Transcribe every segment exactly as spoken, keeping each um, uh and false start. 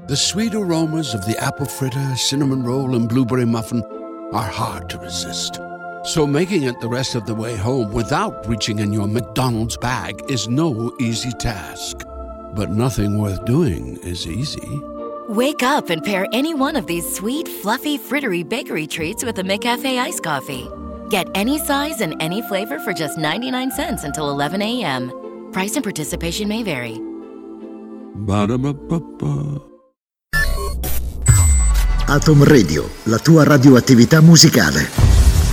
The sweet aromas of the apple fritter, cinnamon roll, and blueberry muffin are hard to resist. So making it the rest of the way home without reaching in your McDonald's bag is no easy task. But nothing worth doing is easy. Wake up and pair any one of these sweet, fluffy, frittery bakery treats with a McCafe iced coffee. Get any size and any flavor for just ninety-nine cents until eleven a.m. Price and participation may vary. Ba-da-ba-ba-ba. Atom Radio, la tua radioattività musicale.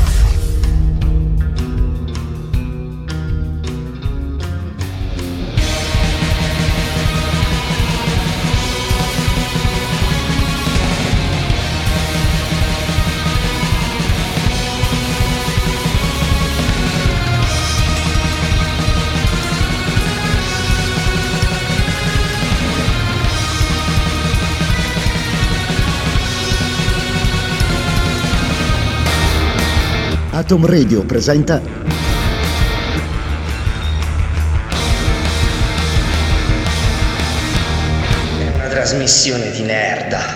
Atom Radio presenta È una trasmissione di nerda.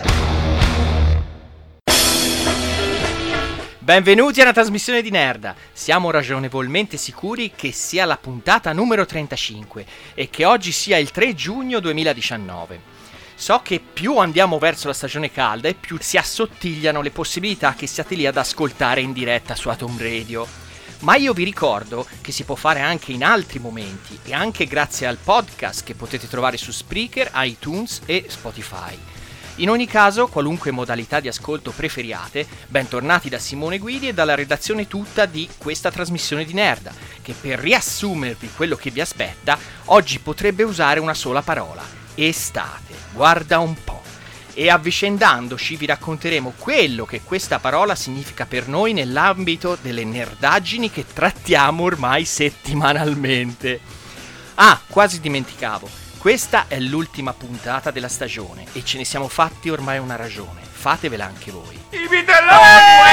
Benvenuti a una trasmissione di Nerda. Siamo ragionevolmente sicuri che sia la puntata numero trentacinque e che oggi sia il tre giugno duemiladiciannove. So che più andiamo verso la stagione calda e più si assottigliano le possibilità che siate lì ad ascoltare in diretta su Atom Radio. Ma io vi ricordo che si può fare anche in altri momenti e anche grazie al podcast che potete trovare su Spreaker, iTunes e Spotify. In ogni caso, qualunque modalità di ascolto preferiate, bentornati da Simone Guidi e dalla redazione tutta di questa trasmissione di Nerda, che per riassumervi quello che vi aspetta, oggi potrebbe usare una sola parola: estate. Guarda un po'. E avvicendandoci vi racconteremo quello che questa parola significa per noi nell'ambito delle nerdaggini che trattiamo ormai settimanalmente. Ah, quasi dimenticavo. Questa è l'ultima puntata della stagione e ce ne siamo fatti ormai una ragione. Fatevela anche voi. I vitelloni!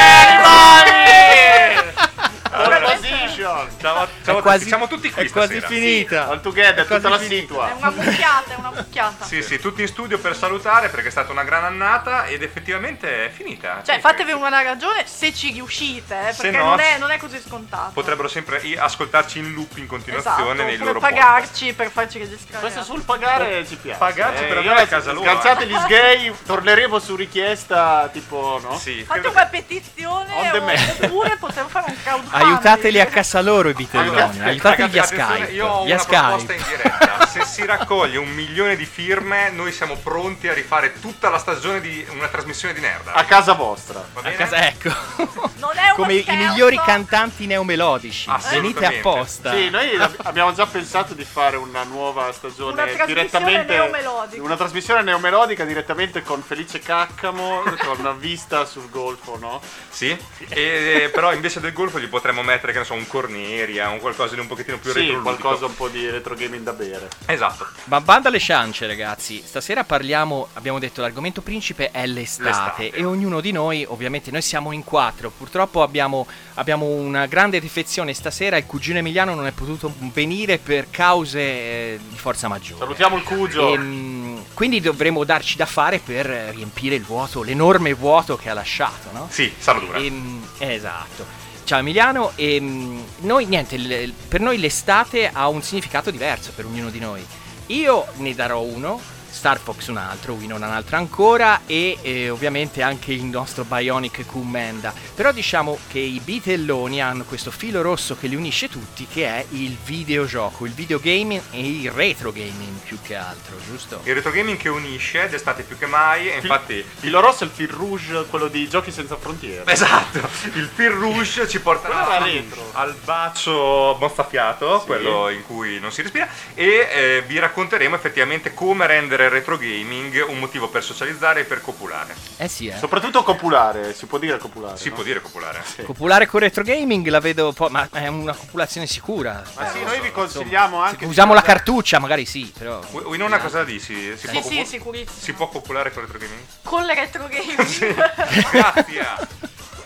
Position. Ciao, ciao, quasi, siamo tutti qui è quasi stasera. finita. All together, tutta la finita. situa. È una mucchiata, è una mucchiata. Sì, sì, tutti in studio per salutare perché è stata una gran annata ed effettivamente è finita. Cioè, fatevi una ragione se ci riuscite, eh, Se perché no, non, è, non è così scontato. Potrebbero sempre i- ascoltarci in loop in continuazione esatto, nei oppure loro pagarci per farci registrare. Questo sul pagare ci piace. Pagarci per Eh, andare io- a casa loro. Scansate gli sgay, torneremo su richiesta, tipo, no? Sì, Fate credo una che- petizione On demand. oppure possiamo fare un crowdfunding. Aiutateli a casa loro i vitelloni. Ragazzi, Aiutateli via attenzione, Skype. io ho via una proposta Skype. in diretta. Se si raccoglie un milione di firme, noi siamo pronti a rifare tutta la stagione di una trasmissione di Nerda. A casa vostra. Va A bene? casa, ecco. Non è uno Come scherzo. i migliori cantanti neomelodici. Assolutamente. Venite apposta. Sì, noi ab- abbiamo già pensato di fare una nuova stagione Una trasmissione direttamente neomelodica. una trasmissione neomelodica direttamente con Felice Caccamo, con una vista sul golfo, no? Sì, e, però invece del golfo gli potremmo mettere, che ne so, un Corneria, un qualcosa di un pochettino più Sì, retroludico. qualcosa un po' di retro gaming da bere. Esatto. Ma banda alle ciance, ragazzi. Stasera parliamo, abbiamo detto, l'argomento principe è l'estate, L'estate. e ognuno di noi, ovviamente noi siamo in quattro. Purtroppo abbiamo, abbiamo una grande defezione stasera. Il cugino Emiliano non è potuto venire per cause eh, di forza maggiore. Salutiamo il Cugio. Ehm, quindi dovremo darci da fare per riempire il vuoto, l'enorme vuoto che ha lasciato, no? Sì, Saladura. Ehm, esatto. Ciao Emiliano, e noi niente, l- per noi l'estate ha un significato diverso per ognuno di noi. Io ne darò uno, Star Fox un altro, Winona un'altra ancora e eh, ovviamente anche il nostro Bionic Commanda. Però diciamo che i bitelloni hanno questo filo rosso che li unisce tutti, che è il videogioco, il videogaming e il retro gaming più che altro, giusto? Il retro gaming che unisce d'estate più che mai, e infatti... Il filo rosso è il fil rouge, quello di Giochi Senza Frontiere. Esatto, il fil rouge ci porta Quello era retro. al bacio mozzafiato, Sì. quello in cui non si respira, e eh, vi racconteremo effettivamente come rendere il retro gaming un motivo per socializzare e per copulare. Eh sì, eh. Soprattutto copulare, si può dire copulare. Si no? può dire copulare. Copulare con retro gaming la vedo po', ma è una copulazione sicura. Ma sì, spero. noi vi consigliamo anche. Se usiamo la cartuccia, magari sì, però. In una cosa dici? Si, Sì, può, sì, copu- sicurissimo. si può copulare con il retro gaming? Con le retro gaming. Sì, grazie.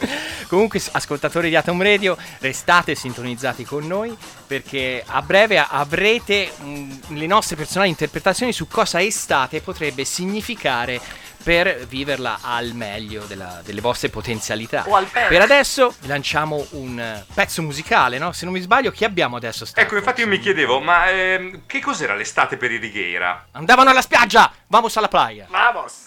Comunque, ascoltatori di Atom Radio, restate sintonizzati con noi, perché a breve avrete mh, le nostre personali interpretazioni su cosa estate potrebbe significare per viverla al meglio della, delle vostre potenzialità. O al peggio. Per adesso lanciamo un pezzo musicale, no? Se non mi sbaglio, chi abbiamo adesso? Ecco, infatti io mi chiedevo, ma ehm, che cos'era l'estate per i Righeira? Andavano alla spiaggia! Vamos alla playa! Vamos!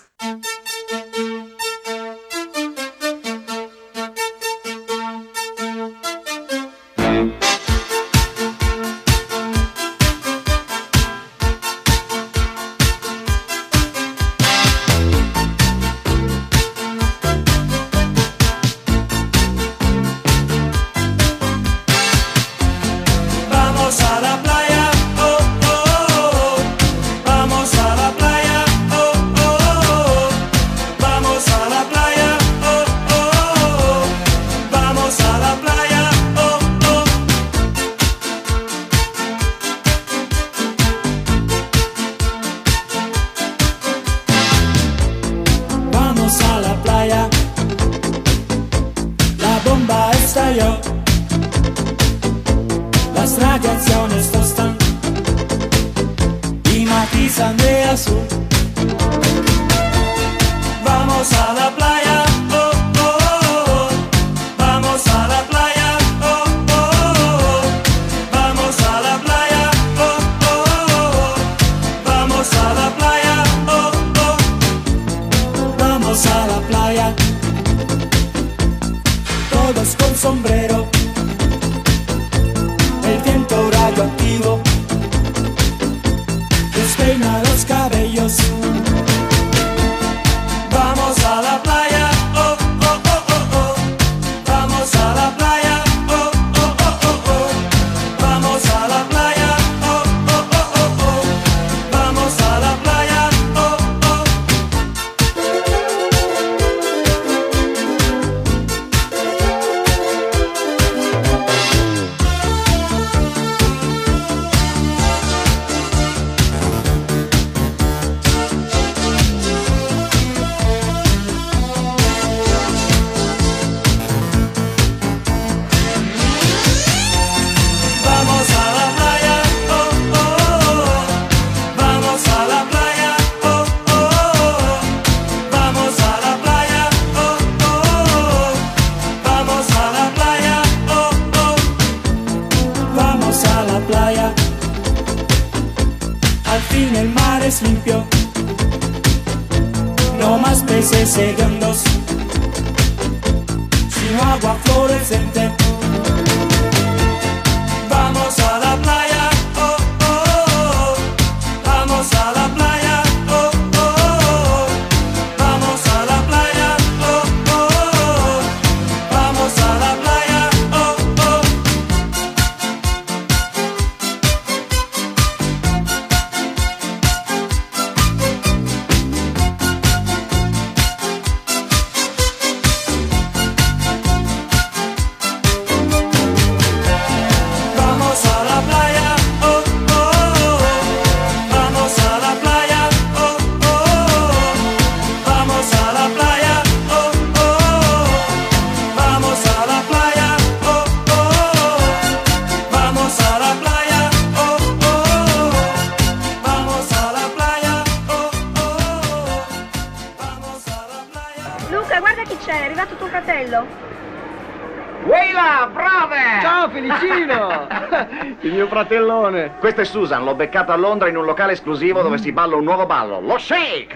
Il mio fratellone. Questo è Susan, l'ho beccato a Londra in un locale esclusivo mm. dove si balla un nuovo ballo, lo shake.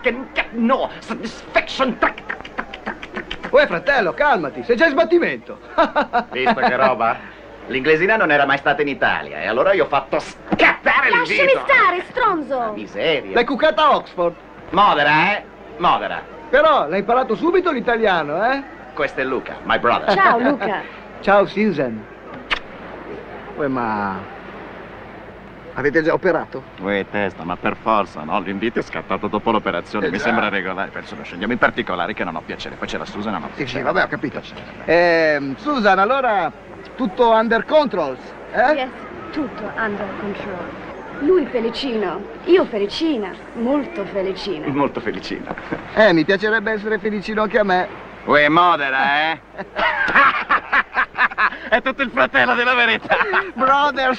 No, satisfaction. Uè fratello, calmati, sei già in sbattimento. Visto che roba? L'inglesina non era mai stata in Italia e allora io ho fatto scattare l'invito. Lasciami stare, stronzo. Una miseria. L'hai cuccata a Oxford. Modera, eh? Modera. Però l'hai imparato subito l'italiano, eh? Questo è Luca, my brother. Ciao Luca. Ciao Susan. Uè, ma avete già operato? Uè, testa, ma per forza, no? L'invito è scattato dopo l'operazione, eh mi già. sembra regolare, penso lo scegliamo in particolare che non ho piacere. Poi c'è la Susan, non ho Sì, piacere. sì, vabbè, ho capito. Eh, Susan, allora tutto under controls, eh? Yes, tutto under control. Lui felicino, io felicina, molto felicina. Molto felicina. Eh, mi piacerebbe essere felicino anche a me. Uè, modera, eh? È tutto il fratello della verità. Brothers.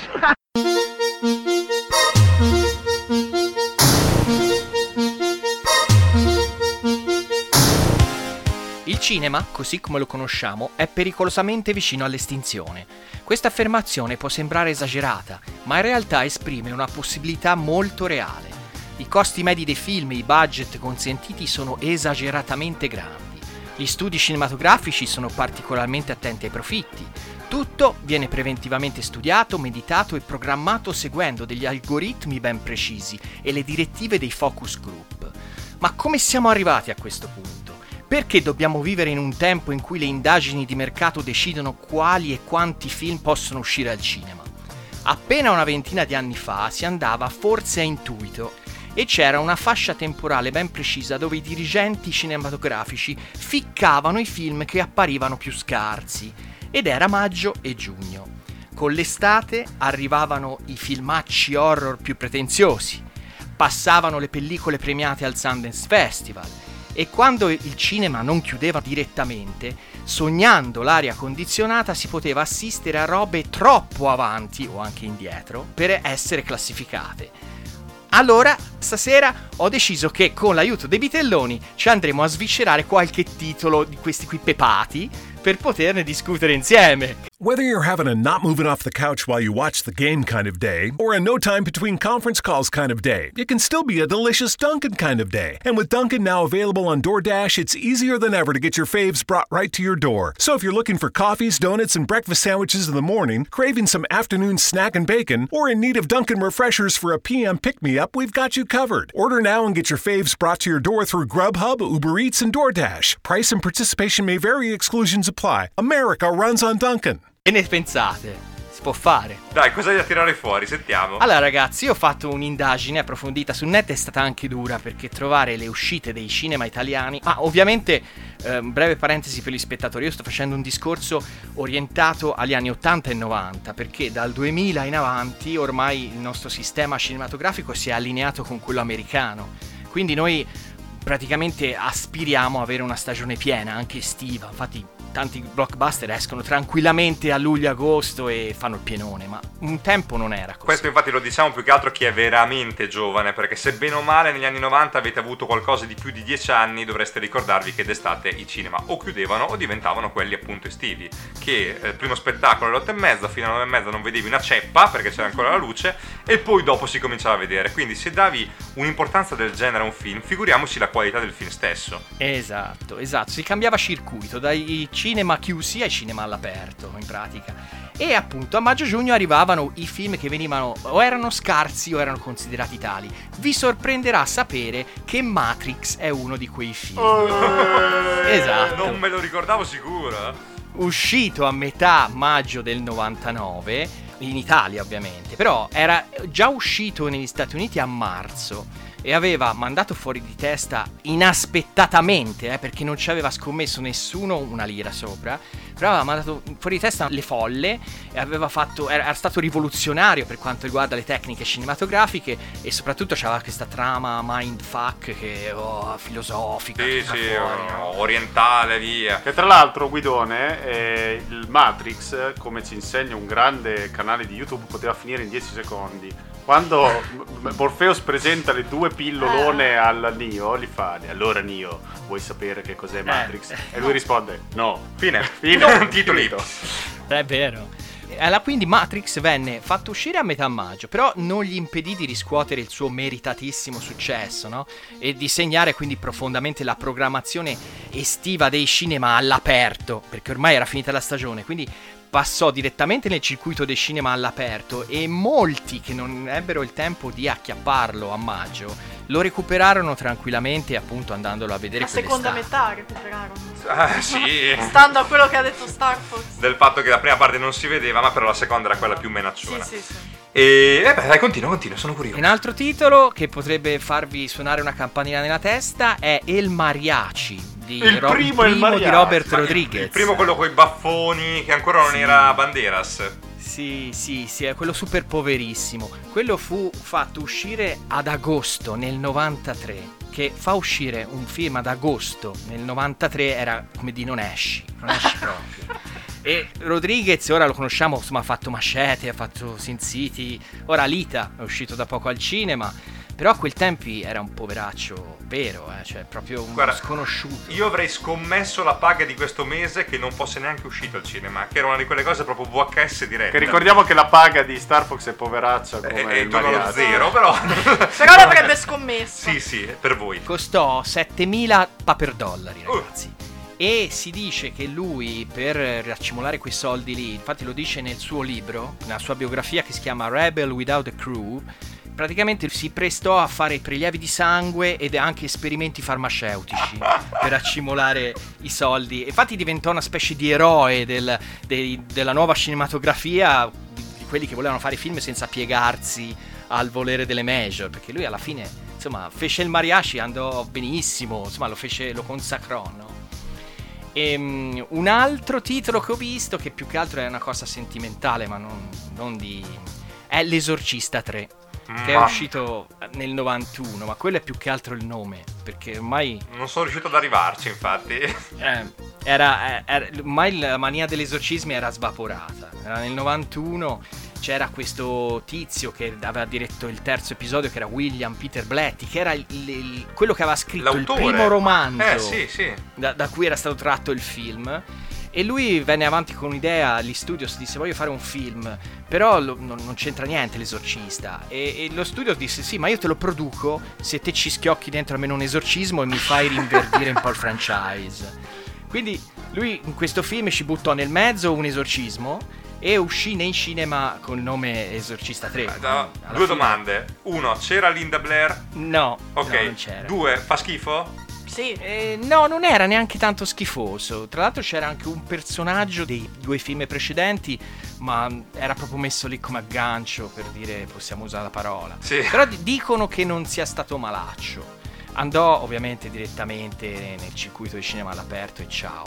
Il cinema, così come lo conosciamo, è pericolosamente vicino all'estinzione. Questa affermazione può sembrare esagerata, ma in realtà esprime una possibilità molto reale. I costi medi dei film e i budget consentiti sono esageratamente grandi. Gli studi cinematografici sono particolarmente attenti ai profitti. Tutto viene preventivamente studiato, meditato e programmato seguendo degli algoritmi ben precisi e le direttive dei focus group. Ma come siamo arrivati a questo punto? Perché dobbiamo vivere in un tempo in cui le indagini di mercato decidono quali e quanti film possono uscire al cinema? Appena una ventina di anni fa si andava forse a intuito e c'era una fascia temporale ben precisa dove i dirigenti cinematografici ficcavano i film che apparivano più scarsi, ed era maggio e giugno. Con l'estate arrivavano i filmacci horror più pretenziosi, passavano le pellicole premiate al Sundance Festival, e quando il cinema non chiudeva direttamente, sognando l'aria condizionata si poteva assistere a robe troppo avanti o anche indietro per essere classificate. Allora, stasera ho deciso che con l'aiuto dei bitelloni ci andremo a sviscerare qualche titolo di questi qui pepati per poterne discutere insieme. Whether you're having a not moving off the couch while you watch the game kind of day, or a no time between conference calls kind of day, it can still be a delicious Dunkin' kind of day. And with Dunkin' now available on DoorDash, it's easier than ever to get your faves brought right to your door. So if you're looking for coffees, donuts, and breakfast sandwiches in the morning, craving some afternoon snack and bacon, or in need of Dunkin' refreshers for a P M pick-me-up, we've got you covered. Order now and get your faves brought to your door through Grubhub, Uber Eats, and DoorDash. Price and participation may vary, exclusions apply. America runs on Dunkin'. Che ne pensate? Si può fare? Dai, cosa hai da tirare fuori? Sentiamo. Allora ragazzi, io ho fatto un'indagine approfondita sul net, è stata anche dura perché trovare le uscite dei cinema italiani, ma ovviamente, eh, breve parentesi per gli spettatori, io sto facendo un discorso orientato agli anni ottanta e novanta, perché dal duemila in avanti ormai il nostro sistema cinematografico si è allineato con quello americano, quindi noi praticamente aspiriamo a avere una stagione piena, anche estiva. Infatti tanti blockbuster escono tranquillamente a luglio-agosto e fanno il pienone, ma un tempo non era così. Questo infatti lo diciamo più che altro chi è veramente giovane, perché se bene o male negli anni novanta avete avuto qualcosa di più di dieci anni, dovreste ricordarvi che d'estate i cinema o chiudevano o diventavano quelli appunto estivi, che eh, il primo spettacolo alle otto e mezza, fino alle nove e mezza non vedevi una ceppa perché c'era ancora la luce, e poi dopo si cominciava a vedere. Quindi se davi un'importanza del genere a un film, figuriamoci la qualità del film stesso. Esatto, esatto, si cambiava circuito dai cinema chiusi ai cinema all'aperto in pratica, e appunto a maggio-giugno arrivavano i film che venivano o erano scarsi o erano considerati tali. Vi sorprenderà sapere che Matrix è uno di quei film. Oh, esatto, non me lo ricordavo sicuro. Uscito a metà maggio del novantanove in Italia ovviamente, però era già uscito negli Stati Uniti a marzo e aveva mandato fuori di testa inaspettatamente, eh, perché non ci aveva scommesso nessuno una lira sopra, però aveva mandato fuori di testa le folle e aveva fatto, era, era stato rivoluzionario per quanto riguarda le tecniche cinematografiche, e soprattutto c'aveva questa trama mindfuck che oh, filosofica, sì, tutta sì, fuori, no? orientale, via. Che tra l'altro, Guidone, eh, il Matrix, come ci insegna un grande canale di YouTube, poteva finire in dieci secondi. Quando Morpheus presenta le due pillolone al Neo, li fa: allora Neo, vuoi sapere che cos'è Matrix? Eh, e lui no. risponde: no. Fine. Fine. No, titoli. È vero. Allora, quindi Matrix venne fatto uscire a metà maggio, però non gli impedì di riscuotere il suo meritatissimo successo, no? E di segnare quindi profondamente la programmazione estiva dei cinema all'aperto, perché ormai era finita la stagione, quindi passò direttamente nel circuito dei cinema all'aperto, e molti che non ebbero il tempo di acchiapparlo a maggio lo recuperarono tranquillamente, appunto andandolo a vedere la seconda metà recuperarono. Ah, sì. Stando a quello che ha detto Star Fox, del fatto che la prima parte non si vedeva, ma però la seconda era quella più menacciona. sì, sì, sì. E eh beh, dai, continua, continua, sono curioso. Un altro titolo che potrebbe farvi suonare una campanella nella testa è El Mariachi di, il Ro- primo, il il primo di Mariachi. Robert Ma Rodriguez. Il, il primo, quello con i baffoni, che ancora non Sì. era Banderas. Sì, sì, sì, è quello super poverissimo. Quello fu fatto uscire ad agosto nel novantatré. Che fa uscire un film ad agosto nel novantatré era come di non esci, non esci proprio. E Rodriguez ora lo conosciamo, insomma ha fatto Machete, ha fatto Sin City, ora Alita è uscito da poco al cinema. Però a quel tempi era un poveraccio vero, eh, cioè proprio un Guarda, sconosciuto. Io avrei scommesso la paga di questo mese che non fosse neanche uscito al cinema, che era una di quelle cose proprio V H S diretta. Che ricordiamo che la paga di Star Fox è poveraccia come è il intorno allo mariachi. zero, però Però l'avrebbe scommesso. Sì, sì, per voi. Costò settemila paper dollari, ragazzi. Uh. E si dice che lui, per raccimolare quei soldi lì, infatti lo dice nel suo libro, nella sua biografia che si chiama Rebel Without a Crew, praticamente si prestò a fare prelievi di sangue ed anche esperimenti farmaceutici per raccimolare i soldi. Infatti diventò una specie di eroe del, dei, della nuova cinematografia, di, di quelli che volevano fare film senza piegarsi al volere delle major, perché lui alla fine, insomma, fece il mariachi, andò benissimo, insomma, lo fece, lo consacrò, no? E, um, un altro titolo che ho visto, che più che altro è una cosa sentimentale, ma non, non di... è L'Esorcista tre. Che è uscito nel novantuno, ma quello è più che altro il nome, perché ormai non sono riuscito ad arrivarci, infatti. eh, era, era ormai la mania degli esorcismi era svaporata. Era nel novantuno, c'era questo tizio che aveva diretto il terzo episodio, che era William Peter Blatty, che era il, il, quello che aveva scritto L'autore. il primo romanzo eh, sì, sì. Da, da cui era stato tratto il film. E lui venne avanti con un'idea agli studios, disse voglio fare un film, però lo, non, non c'entra niente l'esorcista. E, e lo studio disse sì, ma io te lo produco se te ci schiocchi dentro almeno un esorcismo e mi fai rinverdire un po' il franchise. Quindi lui in questo film ci buttò nel mezzo un esorcismo e uscì nei cinema col nome Esorcista tre. No, due fine... domande. Uno, c'era Linda Blair? No, ok. No, non c'era. Due, fa schifo? Sì. Eh, no, non era neanche tanto schifoso. Tra l'altro c'era anche un personaggio dei due film precedenti, ma era proprio messo lì come aggancio, per dire, possiamo usare la parola. Sì. Però d- dicono che non sia stato malaccio. Andò ovviamente direttamente nel circuito di cinema all'aperto e ciao.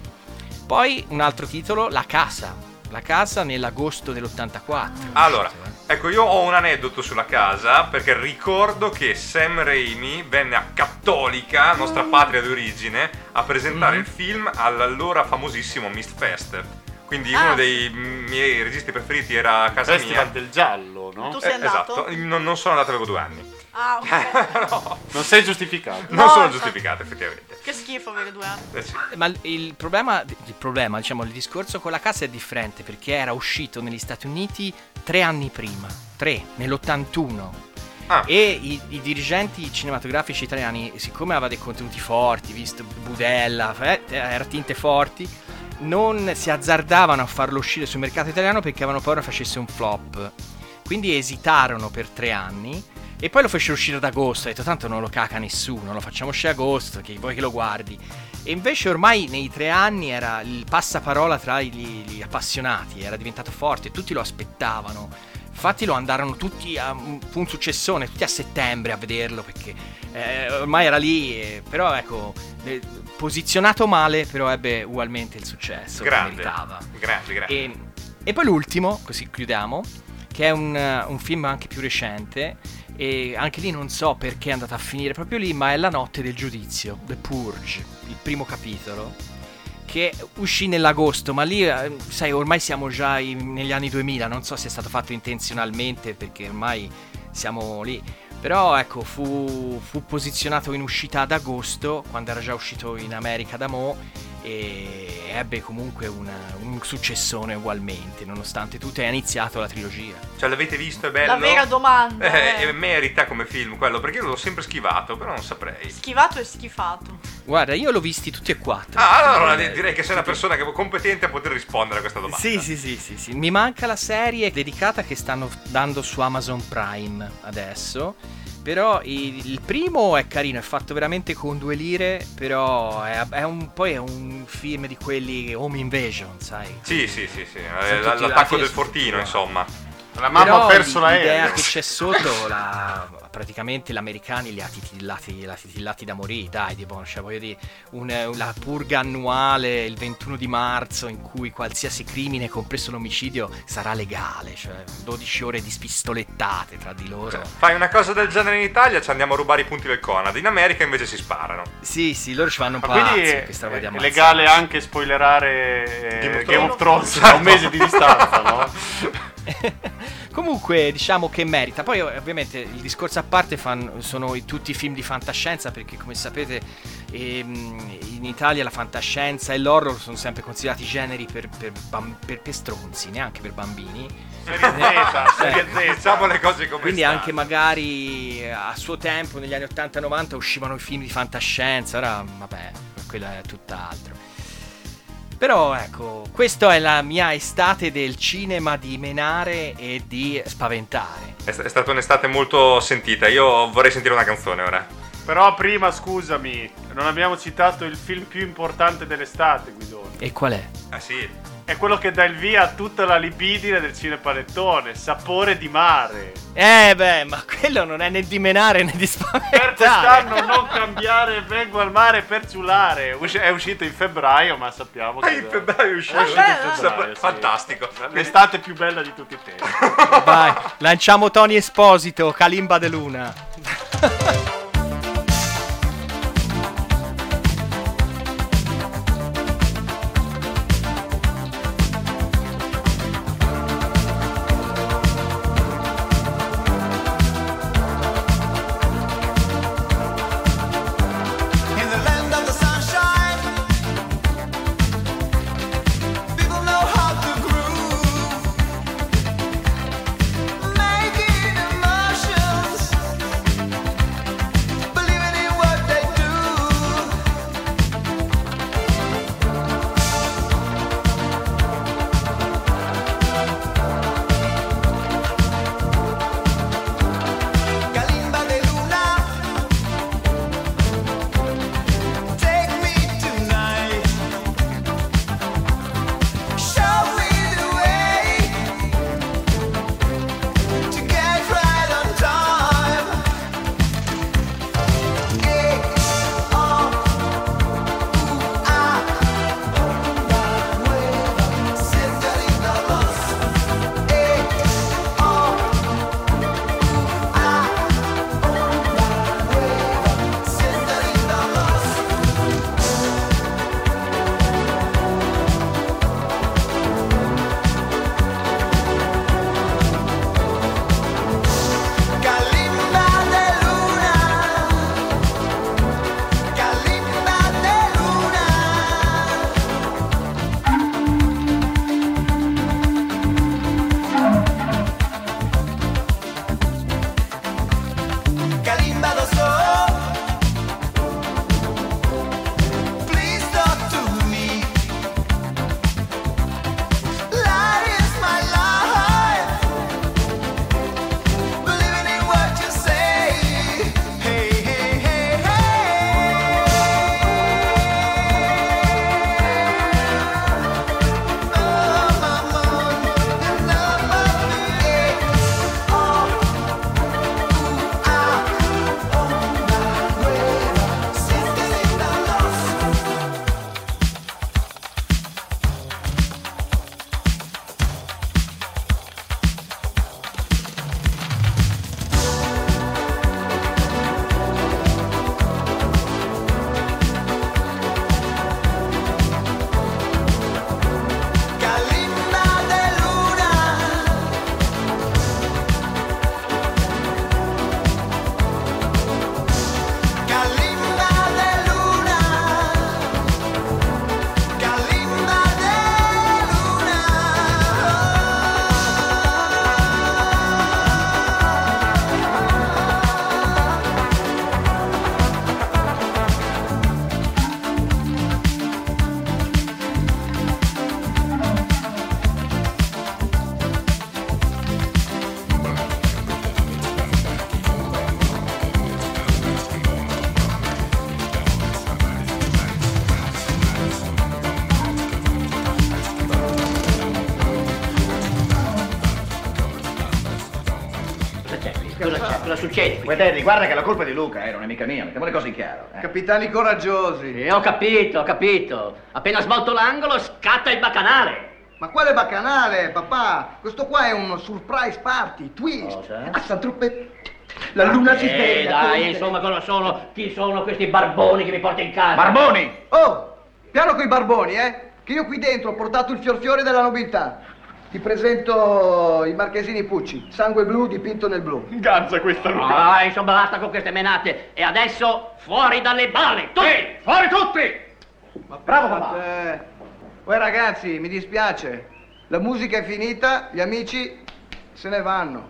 Poi un altro titolo, La Casa. La Casa nell'agosto dell'ottantaquattro. Allora, ecco, io ho un aneddoto sulla Casa, perché ricordo che Sam Raimi venne a Cattolica, nostra patria d'origine, a presentare mm-hmm. il film all'allora famosissimo Mistfest. Quindi ah. uno dei miei registi preferiti era a casa Festival mia. del Giallo, no? Tu sei eh, andato? Esatto, non, non sono andato, avevo due anni. Ah, ok. No. Non sei giustificato. Non No, sono infatti. giustificato, effettivamente. Che schifo avere due anni. Eh sì. Ma il problema, il problema, diciamo, il discorso con La Casa è differente, perché era uscito negli Stati Uniti tre anni prima, tre, nell'ottantuno. Ah. E i, i dirigenti cinematografici italiani, siccome aveva dei contenuti forti, visto Budella, eh, era tinte forti, non si azzardavano a farlo uscire sul mercato italiano perché avevano paura facesse un flop. Quindi esitarono per tre anni e poi lo fecero uscire ad agosto. Ha detto tanto non lo caca nessuno, lo facciamo uscire ad agosto, che vuoi che lo guardi. E invece ormai nei tre anni era il passaparola tra gli, gli appassionati, era diventato forte, tutti lo aspettavano. Infatti lo andarono tutti a un successone, tutti a settembre a vederlo, perché eh, ormai era lì, eh, però ecco, eh, posizionato male, però ebbe ugualmente il successo Grande, che meritava. grande, grande. E, e poi l'ultimo, così chiudiamo, che è un, un film anche più recente, e anche lì non so perché è andato a finire proprio lì, ma è La Notte del Giudizio, The Purge, il primo capitolo, che uscì nell'agosto, ma lì, sai, ormai siamo già in, negli anni duemila, non so se è stato fatto intenzionalmente, perché ormai siamo lì. Però ecco, fu, fu posizionato in uscita ad agosto, quando era già uscito in America da mo', e ebbe comunque un, un successone ugualmente, nonostante tutto è iniziato la trilogia. Cioè, l'avete visto? È bello? La vera domanda. Eh, eh. merita come film quello, perché io l'ho sempre schivato, però non saprei. Schivato e schifato. Guarda, io l'ho visti tutti e quattro. Ah, allora direi che sei una persona che è competente a poter rispondere a questa domanda. Sì, sì, sì, sì, sì. Mi manca la serie dedicata che stanno dando su Amazon Prime adesso. Però il, il primo è carino, è fatto veramente con due lire, però è, è un, poi è un film di quelli Home Invasion, sai? Sì, sì, sì, sì. Sono tutti- alla L'attacco fine del sono fortino, tutti insomma. La mamma Però ha perso l'idea l'aereo. che c'è sotto, la, praticamente gli americani li ha titillati, li ha titillati da morire, dai, tipo, cioè voglio dire, un, la purga annuale il ventuno di marzo in cui qualsiasi crimine, compreso l'omicidio, sarà legale, cioè dodici ore di spistolettate tra di loro. Cioè, fai una cosa del genere in Italia, ci andiamo a rubare i punti del Conad, in America invece si sparano. Sì, sì, loro ci fanno un Ma po' quindi pazzi, è, questa roba di è ammazzare. legale anche spoilerare Game of eh, Game of Thrones? Thrones a un mese di distanza, no? Comunque diciamo che merita. Poi ovviamente il discorso a parte fan, sono i, tutti i film di fantascienza, perché come sapete ehm, in Italia la fantascienza e l'horror sono sempre considerati generi per, per, bam, per, per stronzi, neanche per bambini. Serie Z, serie Z. Diciamo le cose come Quindi stanno. anche magari a suo tempo negli anni ottanta novanta uscivano i film di fantascienza, ora vabbè, quello è tutt'altro. Però ecco, questa è la mia estate del cinema di menare e di spaventare. È, è stata un'estate molto sentita. Io vorrei sentire una canzone ora. Però prima, scusami, non abbiamo citato il film più importante dell'estate, Guidone. E qual è? Ah sì. È quello che dà il via a tutta la libidine del cinepanettone, Sapore di mare. Eh beh, ma quello non è né di menare né di spaventare. Per quest'anno non cambiare, vengo al mare per ciulare. Usci- È uscito in febbraio, ma sappiamo che... Ah, in febbraio è uscito. È uscito in bello. febbraio, sì. Fantastico. L'estate più bella di tutti i tempi. Vai, lanciamo Tony Esposito, Kalimba de Luna. Making emotions succede qui? Guarda, guarda che la colpa è di Luca, eh, non è mica mia, mettiamo le cose in chiaro. Eh. Capitani coraggiosi. Eh, ho capito, ho capito. Appena svolto l'angolo, scatta il bacanale. Ma quale bacanale, papà? Questo qua è un surprise party, twist. Cosa? A San Truppe. La luna si Eh, sveglia. dai, Conte. insomma, cosa sono? Chi sono questi barboni che mi porta in casa? Barboni! Oh, piano coi barboni, eh? Che io qui dentro ho portato il fior fiore della nobiltà. Ti presento i marchesini Pucci, sangue blu dipinto nel blu. Ganza questa notte. Ah, insomma, basta con queste menate. E adesso, fuori dalle bale! Tutti! Eh. Fuori tutti! Ma bravo papà. Eh, Uè ragazzi, mi dispiace. La musica è finita, gli amici se ne vanno.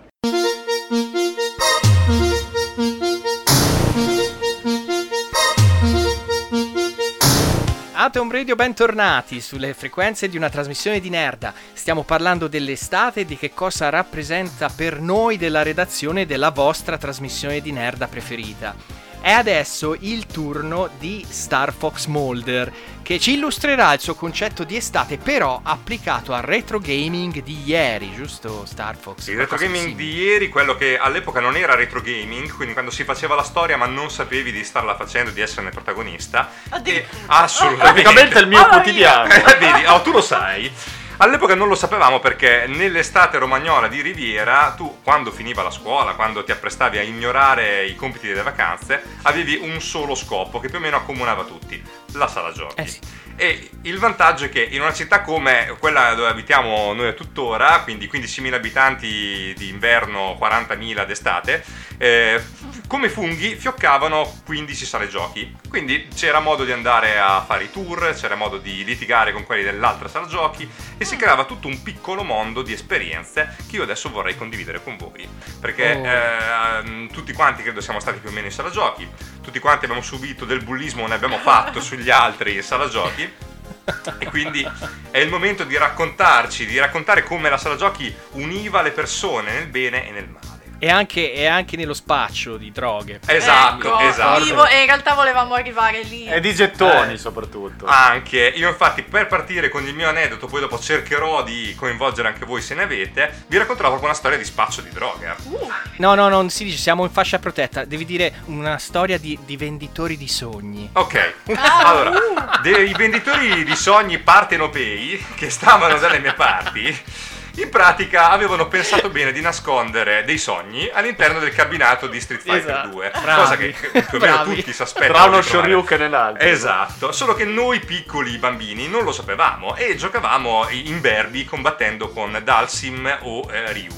Atom Radio, bentornati sulle frequenze di una trasmissione di Nerda. Stiamo parlando dell'estate e di che cosa rappresenta per noi della redazione della vostra trasmissione di Nerda preferita. È adesso il turno di Star Fox Mulder, che ci illustrerà il suo concetto di estate, però applicato al retro gaming di ieri, giusto Star Fox? Il retro gaming di ieri, quello che all'epoca non era retro gaming, quindi quando si faceva la storia ma non sapevi di starla facendo, di esserne protagonista. E assolutamente. Praticamente è il mio quotidiano. Vedi, oh, tu lo sai. All'epoca non lo sapevamo perché nell'estate romagnola di Riviera tu, quando finiva la scuola, quando ti apprestavi a ignorare i compiti delle vacanze, avevi un solo scopo che più o meno accomunava tutti: la sala giochi. Eh sì. E il vantaggio è che in una città come quella dove abitiamo noi tuttora, quindi quindicimila abitanti d'inverno, quarantamila d'estate, eh, come funghi fioccavano quindici sale giochi. Quindi c'era modo di andare a fare i tour, c'era modo di litigare con quelli dell'altra sala giochi e si creava tutto un piccolo mondo di esperienze che io adesso vorrei condividere con voi. Perché Oh. eh, tutti quanti credo siamo stati più o meno in sala giochi, tutti quanti abbiamo subito del bullismo, ne abbiamo fatto sugli altri in sala giochi. E quindi è il momento di raccontarci, di raccontare come la sala giochi univa le persone nel bene e nel male. E anche, e anche nello spaccio di droghe. Esatto, Ecco, esatto. vivo- e in realtà volevamo arrivare lì. E di gettoni Eh. soprattutto. Anche io, infatti, per partire con il mio aneddoto, poi dopo cercherò di coinvolgere anche voi se ne avete, vi racconterò proprio una storia di spaccio di droga. No, no, non si dice, siamo in fascia protetta. Devi dire una storia di, di venditori di sogni. Ok, allora, dei venditori di sogni partenopei che stavano dalle mie parti, in pratica avevano pensato bene di nascondere dei sogni all'interno del cabinato di Street Fighter Esatto. due, Bravi. cosa che più o meno Bravi. tutti si aspettano Tra uno di trovare. Shoryuken e l'altro. Esatto, solo che noi piccoli bambini non lo sapevamo e giocavamo in verbi combattendo con Dalsim o eh, Ryu.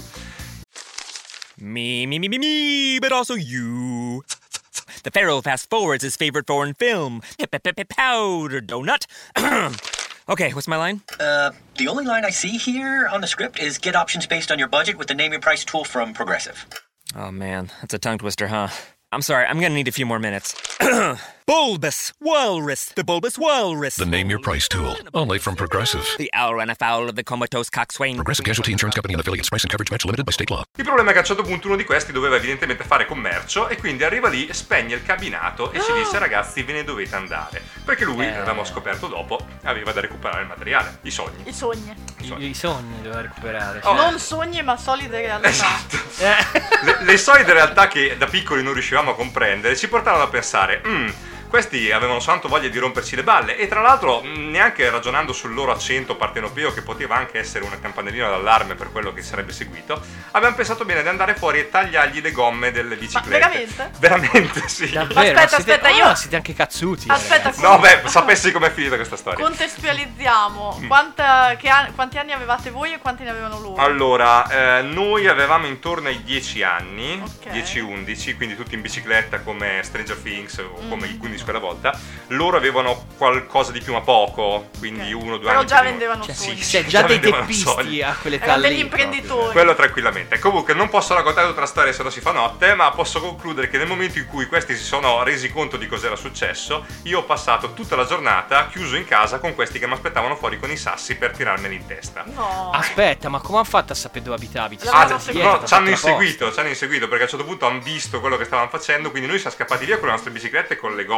Me, me, me, me, me, but also you. The Pharaoh fast forwards his favorite foreign film, Powder Donut. Okay, what's my line? Uh, the only line I see here on the script is get options based on your budget with the Name Your Price tool from Progressive. Oh man, that's a tongue twister, huh? I'm sorry, I'm gonna need a few more minutes. Bulbous Walrus, the Bulbous Walrus. The Name Your Price tool, only from Progressive. The owl ran afoul of the comatose coxswain. Progressive Casualty Insurance Company and affiliates. Price and coverage match limited by state law. Il problema è che a un certo punto uno di questi doveva evidentemente fare commercio e quindi arriva lì, spegne il cabinato e ci dice: ragazzi, ve ne dovete andare. Perché lui, Eh. l'avevamo scoperto dopo, aveva da recuperare il materiale, i sogni. I sogni. I, i sogni doveva recuperare. Oh. Non sogni, ma solide realtà. Esatto. Le, le solide realtà che da piccoli non riuscivamo a comprendere ci portavano a pensare: "Mm, questi avevano santo voglia di romperci le balle", e tra l'altro mh, neanche ragionando sul loro accento partenopeo, che poteva anche essere una campanellina d'allarme per quello che sarebbe seguito, abbiamo pensato bene di andare fuori e tagliargli le gomme delle biciclette. veramente? Veramente sì. Davvero? Aspetta, siete, aspetta, oh, io- siete anche cazzuti. Aspetta, ragazzi. No, beh, sapessi com'è finita questa storia. Contestualizziamo. Mm. Quanta- che an- quanti anni avevate voi e quanti ne avevano loro? Allora, eh, noi avevamo intorno ai dieci anni, Ok. dieci undici, quindi tutti in bicicletta come Stranger Things o come Mm. i quindici quella volta. Loro avevano qualcosa di più ma poco, quindi uno o due Però anni. già più di noi. vendevano Cioè, sogni. sì, Cioè, sì, già dei vendevano teppisti sogni. a quell'età Erano lì. degli imprenditori. Quello tranquillamente. Comunque non posso raccontare tutta la storia se no si fa notte, ma posso concludere che nel momento in cui questi si sono resi conto di cos'era successo, io ho passato tutta la giornata chiuso in casa con questi che mi aspettavano fuori con i sassi per tirarmeli in testa. No. Aspetta, ma come hanno fatto a sapere dove abitavi? Ti Ah, sono no, andati dietro, ci hanno t'ha fatto inseguito, ci hanno inseguito perché a un certo punto hanno visto quello che stavano facendo, quindi noi siamo scappati via con le nostre biciclette con le gomme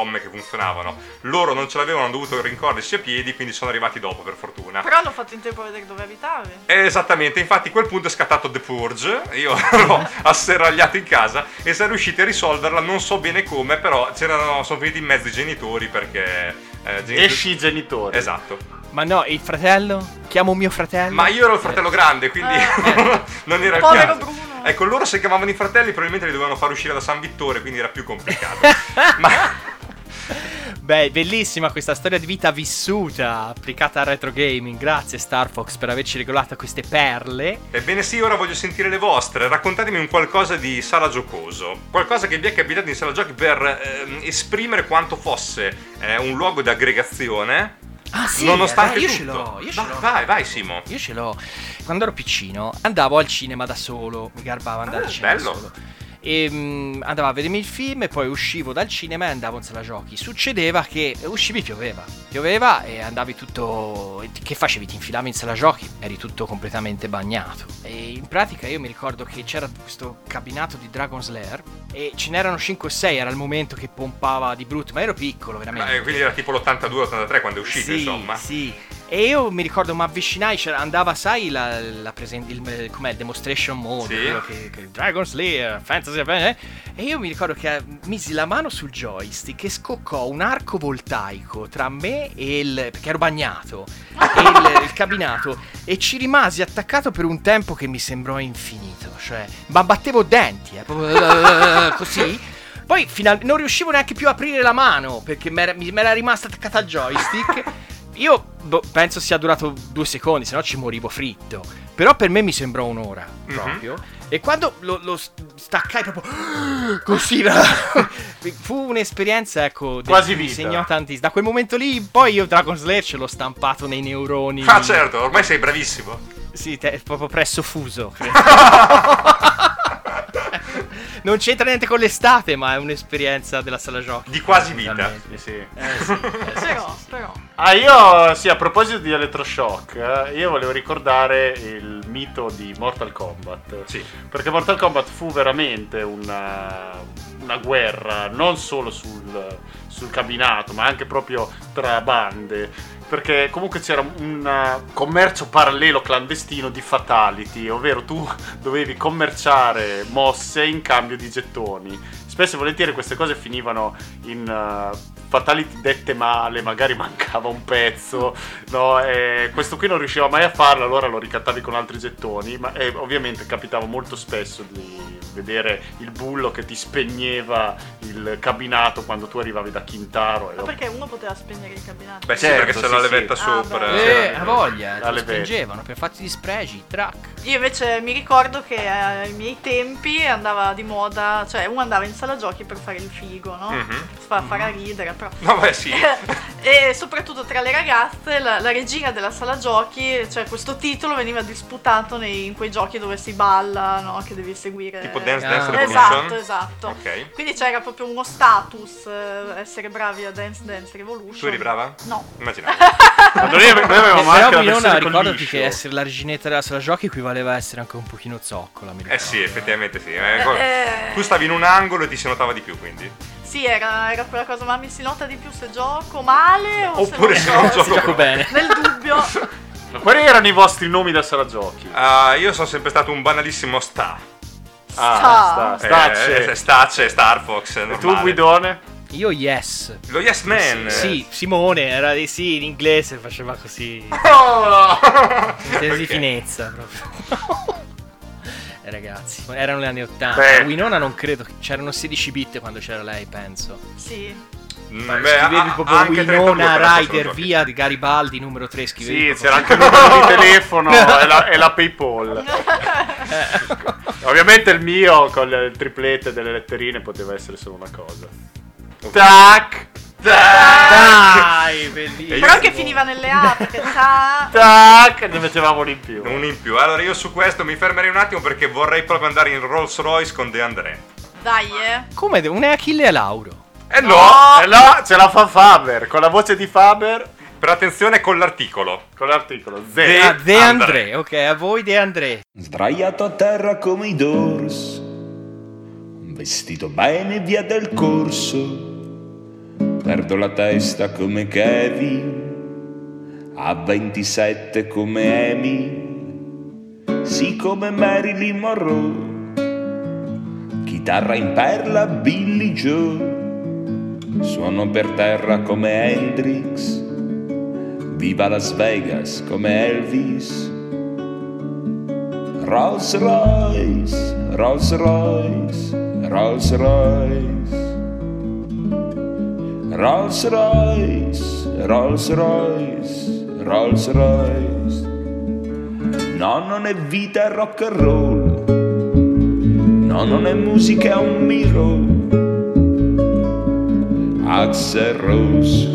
gomme che funzionavano. Loro non ce l'avevano, hanno dovuto rincorrersi a piedi, quindi sono arrivati dopo, per fortuna. Però hanno fatto in tempo a vedere dove abitavi. Esattamente, infatti a quel punto è scattato The Purge, io l'ho asserragliato in casa e siamo riusciti a risolverla, non so bene come, però c'erano, sono finiti in mezzo i genitori perché... Eh, genitori... Esci i genitori. Esatto. Ma no, il fratello? Chiamo mio fratello? Ma io ero il fratello grande, quindi eh. non era il Povero caso. Bruno. Ecco, loro se chiamavano i fratelli probabilmente li dovevano far uscire da San Vittore, quindi era più complicato. Ma... Beh, bellissima questa storia di vita vissuta, applicata al retro gaming. Grazie Star Fox per averci regalato queste perle. Ebbene sì, ora voglio sentire le vostre. Raccontatemi un qualcosa di sala giocoso. Qualcosa che vi è capitato in sala giochi per eh, esprimere quanto fosse eh, un luogo di aggregazione. Ah sì, nonostante eh, io tutto. ce l'ho, io ce vai, l'ho. Vai, vai Simo. Io ce l'ho. Quando ero piccino andavo al cinema da solo, mi garbava andare Ah, al cinema bello. da solo. E mh, andavo a vedermi il film e poi uscivo dal cinema e andavo in sala giochi. Succedeva che uscivi, pioveva pioveva e andavi tutto... Che facevi? Ti infilavi in sala giochi, eri tutto completamente bagnato. E in pratica io mi ricordo che c'era questo cabinato di Dragon Slayer e ce n'erano cinque o sei, era il momento che pompava di brutto, ma ero piccolo veramente. Eh, quindi era tipo l'ottantadue ottantatré quando è uscito, sì, insomma. Sì. E io mi ricordo, mi avvicinai, c'era, andava, sai, la, la presen- il, com'è, il demonstration mode, Sì. quello che, che Dragon Slayer, Fantasy, eh? E io mi ricordo che misi la mano sul joystick e scoccò un arco voltaico tra me e il, perché ero bagnato, e il, il cabinato, e ci rimasi attaccato per un tempo che mi sembrò infinito, cioè, ma battevo denti, eh, proprio così. Poi final- non riuscivo neanche più a aprire la mano perché mi era rimasta attaccata al joystick. Io boh, penso sia durato due secondi, se no ci morivo fritto. Però per me mi sembrò un'ora proprio. Mm-hmm. E quando lo, lo staccai proprio così, fu un'esperienza, ecco, quasi mi vita. segnò tantissimo. Da quel momento lì in poi io Dragon Slayer ce l'ho stampato nei neuroni. Ah certo, ormai sei bravissimo. Sì, te, proprio presso fuso, credo. Non c'entra niente con l'estate, ma è un'esperienza della sala giochi. Di quasi vita. Eh sì. Eh sì, eh sì. Però, però. Ah, io sì, a proposito di Electroshock, eh, io volevo ricordare il mito di Mortal Kombat. Sì. Perché Mortal Kombat fu veramente una, una guerra, non solo sul, sul cabinato, ma anche proprio tra bande. Perché comunque c'era un commercio parallelo clandestino di fatality, ovvero tu dovevi commerciare mosse in cambio di gettoni. Spesso e volentieri queste cose finivano in uh, fatality dette male, magari mancava un pezzo, no? E questo qui non riusciva mai a farlo, allora lo ricattavi con altri gettoni, ma e ovviamente capitava molto spesso di vedere il bullo che ti spegneva il cabinato quando tu arrivavi da Kintaro. Ma perché uno poteva spegnere il cabinato? Beh sì, Certo, perché c'è sì, la sì. levetta Ah, sopra. beh. Eh, a voglia, La lo levetta. spingevano per fatti di spregi, track. Io invece mi ricordo che ai miei tempi andava di moda, cioè uno andava in sala giochi per fare il figo, no? Mhm. Fa, farà ridere, però. No, beh sì. E soprattutto tra le ragazze, la, la regina della sala giochi, cioè questo titolo veniva disputato nei, in quei giochi dove si balla, no? Che devi seguire. Tipo Dance Ah. Dance Revolution. Esatto, esatto. Ok. Quindi c'era proprio uno status eh, essere bravi a Dance Dance Revolution. Tu eri brava? No. Immaginavo. Noi ave- noi avevamo anche Però la Milona, versione con ricordati liscio. che essere la reginetta della sala giochi equivaleva a essere anche un pochino zoccola, mi Eh ricordo. sì, effettivamente sì. Eh, Eh. Tu stavi in un angolo e ti si notava di più, quindi. Sì, era, era quella cosa, ma mi si nota di più se gioco male o Oppure se se non non gioco gioco bene. Nel dubbio. Ma quali erano i vostri nomi da sala giochi? Ah, io sono sempre stato un banalissimo sta. Ah, sta, stacce. Eh, Stacce, Star Fox. E normale. tu Guidone? Io yes. Lo Yes Man. Sì, Simone era di sì, in inglese faceva così. Oh! Intesa di Ok. finezza proprio. Eh, ragazzi, erano gli anni ottanta. Beh. Winona non credo, c'erano sedici bit quando c'era lei, penso. Sì. Mm, Beh, beh, scrivevi a- proprio anche trentadue Winona per la sala Rider giochi. via di Garibaldi numero tre, scrivevi Sì, proprio- c'era anche il numero di telefono e la, e la PayPal. Ovviamente il mio con le triplette delle letterine poteva essere solo una cosa. Tac! Dai, bellissimo. Però che finiva nelle A, perché ta... Tac! Ne mettevamo uno in più. Un in più. Allora io su questo mi fermerei un attimo perché vorrei proprio andare in Rolls Royce con De André. Dai, eh. Come? Un è Achille e Lauro. Eh no! E là ce la fa Faber, con la voce di Faber, Per attenzione con l'articolo. con l'articolo De- Z. Ah, De André. André, ok, a voi De André. Sdraiato a terra come i Doors, vestito bene via del corso, perdo la testa come Kevin, a ventisette come Amy, sì come Marilyn Monroe, chitarra in perla Billy Joe, suono per terra come Hendrix, viva Las Vegas come Elvis, Rolls Royce, Rolls Royce, Rolls Royce, Rolls Royce, Rolls Royce, Rolls Royce. No, non è vita, è rock and roll. No, non è musica, è un miro. Axl Rose,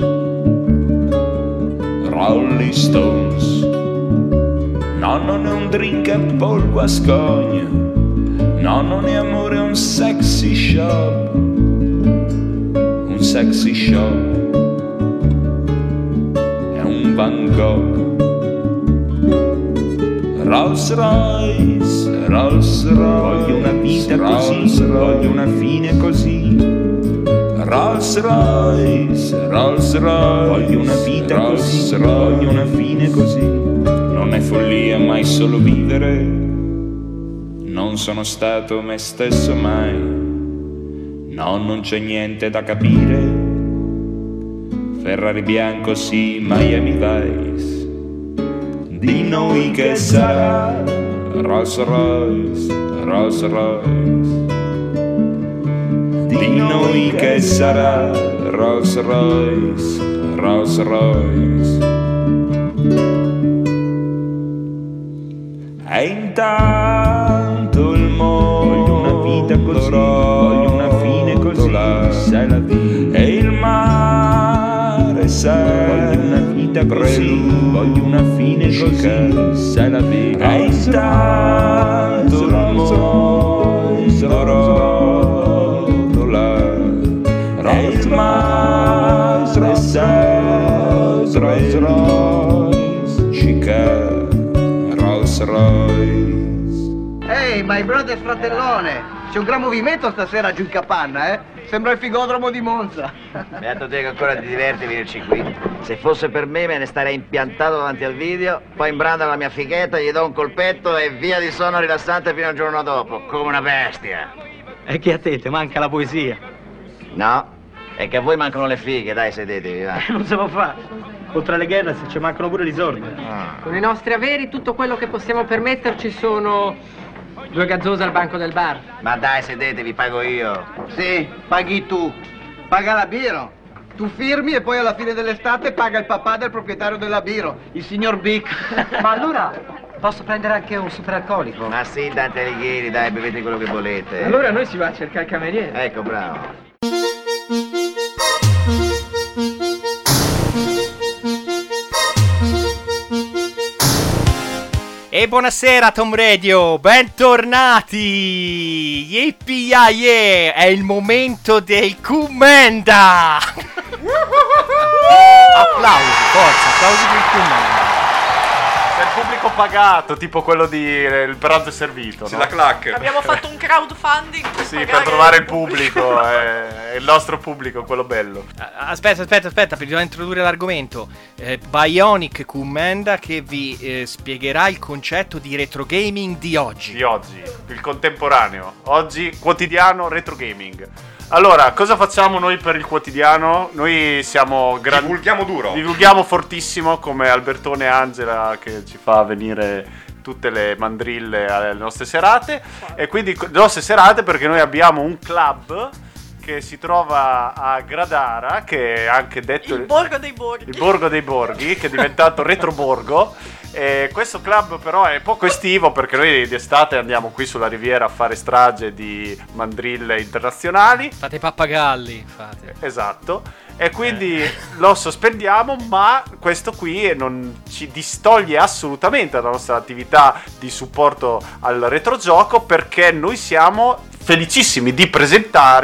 Rolling Stones. No, non è un drink, è Paul Gascoigne. No, non è amore, è un sexy shop. Un sexy shop. È un Van Gogh. Rolls Royce, Rolls Royce. Voglio una vita così, voglio una fine così. Rolls Royce, Rolls Royce. Voglio una vita così, voglio una fine così. Non è follia mai solo vivere, non sono stato me stesso mai, no, non c'è niente da capire, Ferrari bianco sì, Miami Vice, di noi che sarà, Rolls Royce, Rolls Royce, di noi che sarà, Rolls Royce, Rolls Royce. E intanto il mondo, voglio una vita così, voglio una fine così, sai la vita. E il mare, sai, voglio una vita così, voglio una fine così, sai la vita. E intanto il mondo rotola, e il mare, sai, Rolls Royce, Chicago. Ehi, hey, my brother fratellone, c'è un gran movimento stasera giù in capanna, eh? Sembra il figodromo di Monza. Beato te che ancora ti diverti a venirci qui. Se fosse per me me ne starei impiantato davanti al video, poi in branda la mia fighetta, gli do un colpetto e via di sonno rilassante fino al giorno dopo, come una bestia. E che a te, te manca la poesia? No, è che a voi mancano le fighe, dai, sedetevi, va. Non se può fare. Oltre alle guerre ci mancano pure i soldi. Ah. Con i nostri averi tutto quello che possiamo permetterci sono due gazzose al banco del bar. Ma dai, sedetevi, pago io. Sì, paghi tu. Paga la Biro. Tu firmi e poi alla fine dell'estate paga il papà del proprietario della Biro, il signor Bic. Ma allora posso prendere anche un superalcolico? Ma sì, Dante Alighieri, dai, bevete quello che volete. Allora noi si va a cercare il cameriere. Ecco, bravo. E buonasera Tom Radio, bentornati! Yippee yeah yeah! È il momento del Commenda! Applausi, forza, applausi per il Commenda! C'è il pubblico pagato, tipo quello di eh, Il pranzo è servito, C'è no? la clac. Abbiamo fatto un crowdfunding per Sì, per pagare- trovare il pubblico, eh, il nostro pubblico, quello bello. Aspetta, aspetta, aspetta, prima di introdurre l'argomento. Eh, Bionic Commenda che vi eh, spiegherà il concetto di retro gaming di oggi. Di oggi, il contemporaneo. Oggi, quotidiano retro gaming. Allora, cosa facciamo noi per il quotidiano? Noi siamo grandi. Divulghiamo duro. Divulghiamo fortissimo, come Albertone e Angela che ci fa venire tutte le mandrille alle nostre serate. E quindi le nostre serate perché noi abbiamo un club che si trova a Gradara, che è anche detto Il Borgo dei Borghi. il Borgo dei Borghi, che è diventato Retroborgo. E questo club però è poco estivo perché noi d'estate andiamo qui sulla riviera a fare strage di mandrille internazionali. Fate pappagalli, fate. Esatto. E quindi eh. lo sospendiamo, ma questo qui non ci distoglie assolutamente dalla nostra attività di supporto al retrogioco, perché noi siamo felicissimi di presentare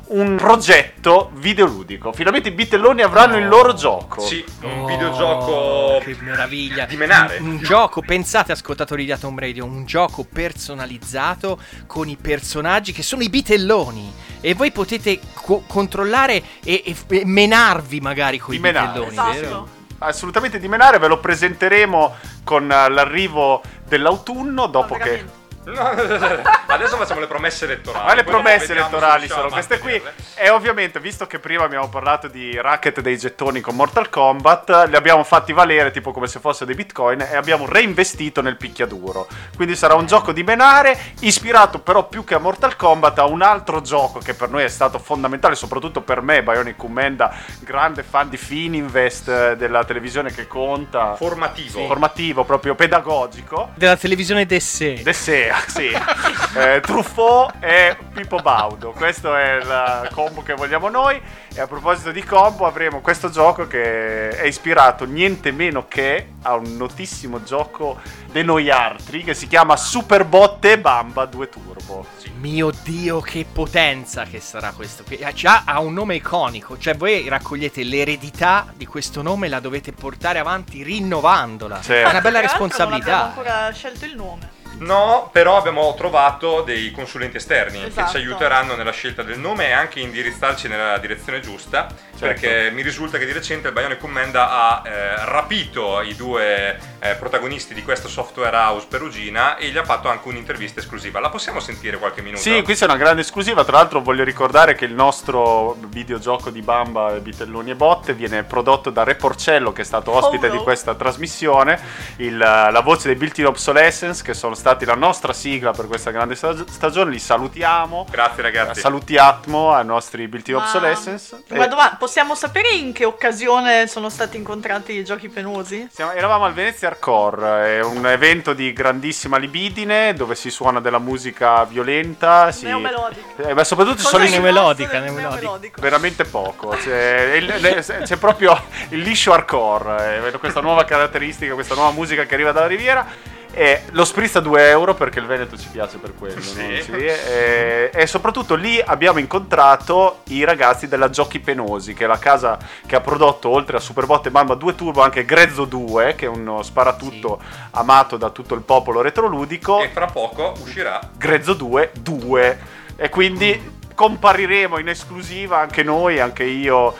un progetto videoludico. Finalmente i bitelloni avranno oh. il loro gioco. Sì, un Oh, videogioco che meraviglia. di menare. Un, un gioco, pensate ascoltatori di Atom Radio, un gioco personalizzato con i personaggi che sono i bitelloni e voi potete co- controllare e, e, e menarvi magari con i bitelloni, esatto. vero? Assolutamente di menare, ve lo presenteremo con l'arrivo dell'autunno dopo che... No, adesso facciamo le promesse elettorali. Ma le poi promesse vediamo elettorali se sono riusciamo queste a qui. mantenerle. E ovviamente, visto che prima abbiamo parlato di racket dei gettoni con Mortal Kombat, li abbiamo fatti valere tipo come se fossero dei bitcoin e abbiamo reinvestito nel picchiaduro. Quindi sarà un gioco di menare, ispirato però più che a Mortal Kombat a un altro gioco che per noi è stato fondamentale, soprattutto per me, Bionic Commando, grande fan di Fininvest, della televisione che conta. Formativo. Sì. Formativo, proprio pedagogico. Della televisione d'essè. D'essè, sì. eh, Truffaut e Pippo Baudo, questo è il combo che vogliamo noi. E a proposito di combo, avremo questo gioco che è ispirato niente meno che a un notissimo gioco di noi altri che si chiama Superbotte Bamba due Turbo. Sì. Mio Dio, che potenza che sarà questo qui. Già ha un nome iconico, cioè voi raccogliete l'eredità di questo nome e la dovete portare avanti rinnovandola. Sì. È una bella Tra l'altro responsabilità. Non abbiamo ancora scelto il nome. No, però abbiamo trovato dei consulenti esterni Esatto. che ci aiuteranno nella scelta del nome e anche indirizzarci nella direzione giusta, certo. Perché mi risulta che di recente il Bionic Commando ha eh, rapito i due eh, protagonisti di questo software house perugina e gli ha fatto anche un'intervista esclusiva. La possiamo sentire qualche minuto? Sì, questa è una grande esclusiva. Tra l'altro voglio ricordare che il nostro videogioco di Bamba, Bitelloni e Botte viene prodotto da Re Porcello, che è stato ospite Oh, no. di questa trasmissione, il, la voce dei Built-in Obsolescence, che sono stati la nostra sigla per questa grande stag- stagione. Li salutiamo. Grazie ragazzi. Salutiamo ai nostri Built-in Ma- Obsolescence. Una E domanda, possiamo sapere in che occasione sono stati incontrati i giochi penosi? siamo- eravamo al Venezia Hardcore, è un evento di grandissima libidine dove si suona della musica violenta. Si... Neomelodica. Eh, ma soprattutto Cosa sono è i neomelodica, rimasto del neomelodica. veramente poco, c'è, il- le- c'è proprio il liscio hardcore, eh, vedo questa nuova caratteristica, questa nuova musica che arriva dalla Riviera. E lo spritz a due euro perché il Veneto ci piace per quello, Sì. no? Sì, e, e soprattutto lì abbiamo incontrato i ragazzi della Giochi Penosi, che è la casa che ha prodotto oltre a Superbotte e Bamba due Turbo anche Grezzo due, che è uno sparatutto Sì. amato da tutto il popolo retroludico. E fra poco uscirà Grezzo due due, e quindi compariremo in esclusiva anche noi, anche io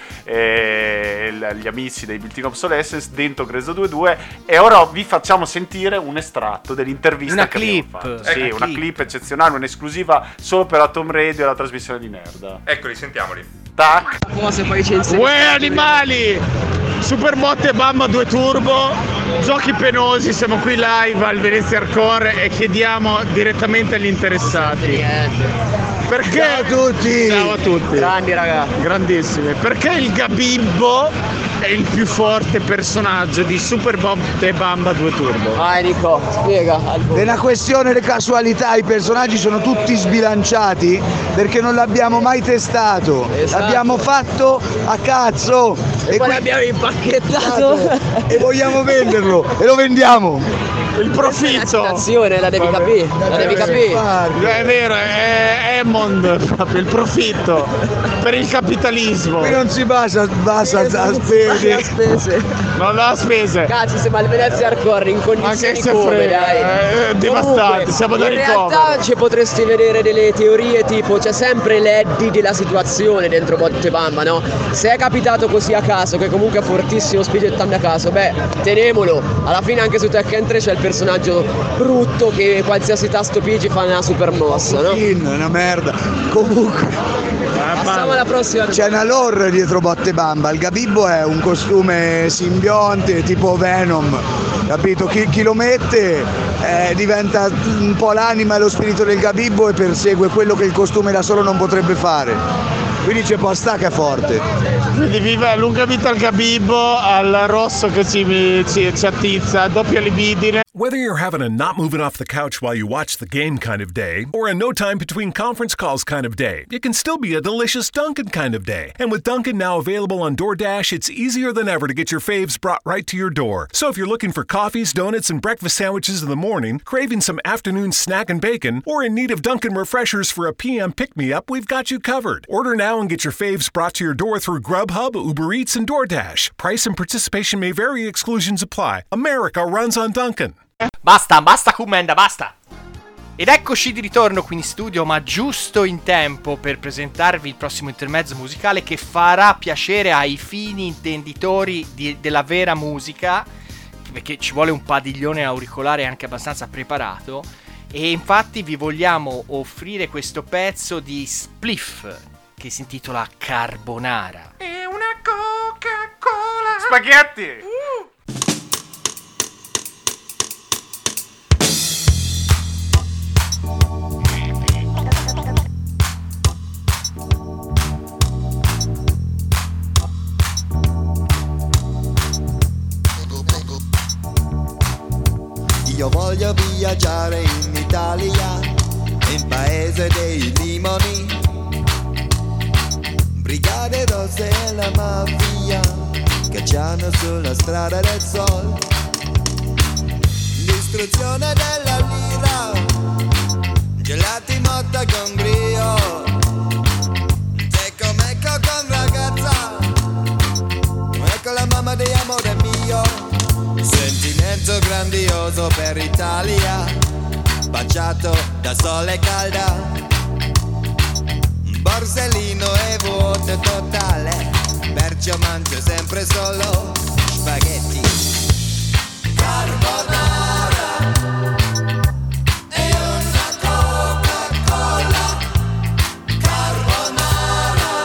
e l- gli amici dei Built-in Obsolescence dentro Grezzo due due. E ora vi facciamo sentire un estratto dell'intervista Una che clip. abbiamo fatto. Ecco, Sì, una una clip. clip eccezionale, un'esclusiva solo per Atom Radio e la trasmissione di Nerda. Eccoli, sentiamoli. Tac. Uè animali! Superbotte Bamba due Turbo, giochi penosi, siamo qui live al Venezia Hardcore e chiediamo direttamente agli interessati. Perché? Ciao a tutti! Ciao a tutti! Grandi ragazzi. Grandissimi. Perché il Gabibbo è il più forte personaggio di Superbotte Bamba due Turbo? Vai Nico, spiega. È una questione di casualità, i personaggi sono tutti sbilanciati perché non l'abbiamo mai testato, Esatto. l'abbiamo fatto a cazzo E poi qui- l'abbiamo impacchettato. e vogliamo venderlo e lo vendiamo. Il profitto! L'azione la devi capire, la devi capire. È vero, è Hammond, proprio il profitto per il capitalismo. Qui non si basa, basa a Vai a spese. spese. Non ha spese. Cazzo, siamo al Venezia Hardcore in Ma condizioni che se come, frega, dai. eh, devastanti, Comunque, siamo da in ricovero. realtà ci potresti vedere delle teorie tipo c'è sempre l'Eddie della situazione dentro Botte Bamba, no? Se è capitato così a caso, che comunque è fortissimo spiggettando a caso, beh, tenemolo. Alla fine anche su Tekken tre c'è il personaggio brutto che qualsiasi tasto pigi fa una super mossa, no? È una merda. Comunque Passiamo alla prossima. c'è una lore dietro Botte Bamba. Il Gabibbo è un costume simbionte tipo Venom, capito? Chi, chi lo mette eh, diventa un po' l'anima e lo spirito del Gabibbo e persegue quello che il costume da solo non potrebbe fare. Quindi c'è può sta che è forte. Quindi viva lunga vita al Gabibbo, al rosso che ci, ci, ci attizza, doppia libidine. Whether you're having a not moving off the couch while you watch the game kind of day, or a no time between conference calls kind of day, it can still be a delicious Dunkin' kind of day. And with Dunkin' now available on DoorDash, it's easier than ever to get your faves brought right to your door. So if you're looking for coffees, donuts, and breakfast sandwiches in the morning, craving some afternoon snack and bacon, or in need of Dunkin' refreshers for a P M pick-me-up, we've got you covered. Order now and get your faves brought to your door through Grubhub, Uber Eats, and DoorDash. Price and participation may vary. Exclusions apply. America runs on Dunkin'. Basta, basta commenda, basta. Ed eccoci di ritorno qui in studio, ma giusto in tempo per presentarvi il prossimo intermezzo musicale che farà piacere ai fini intenditori di, della vera musica, perché ci vuole un padiglione auricolare anche abbastanza preparato. E infatti vi vogliamo offrire questo pezzo di Spliff che si intitola Carbonara. È una Coca-Cola. Spaghetti. Uh. Io voglio viaggiare in Italia, in paese dei limoni, brigate rosse e la mafia cacciano sulla strada del sol, l'istruzione della lira, gelati motta con brio, secco mecco con ragazza, ecco la mamma di amore mio. Sentimento grandioso per Italia, baciato da sole calda, borsellino e vuoto totale, perciò mangio sempre solo spaghetti. Carbonara e una Coca-Cola, carbonara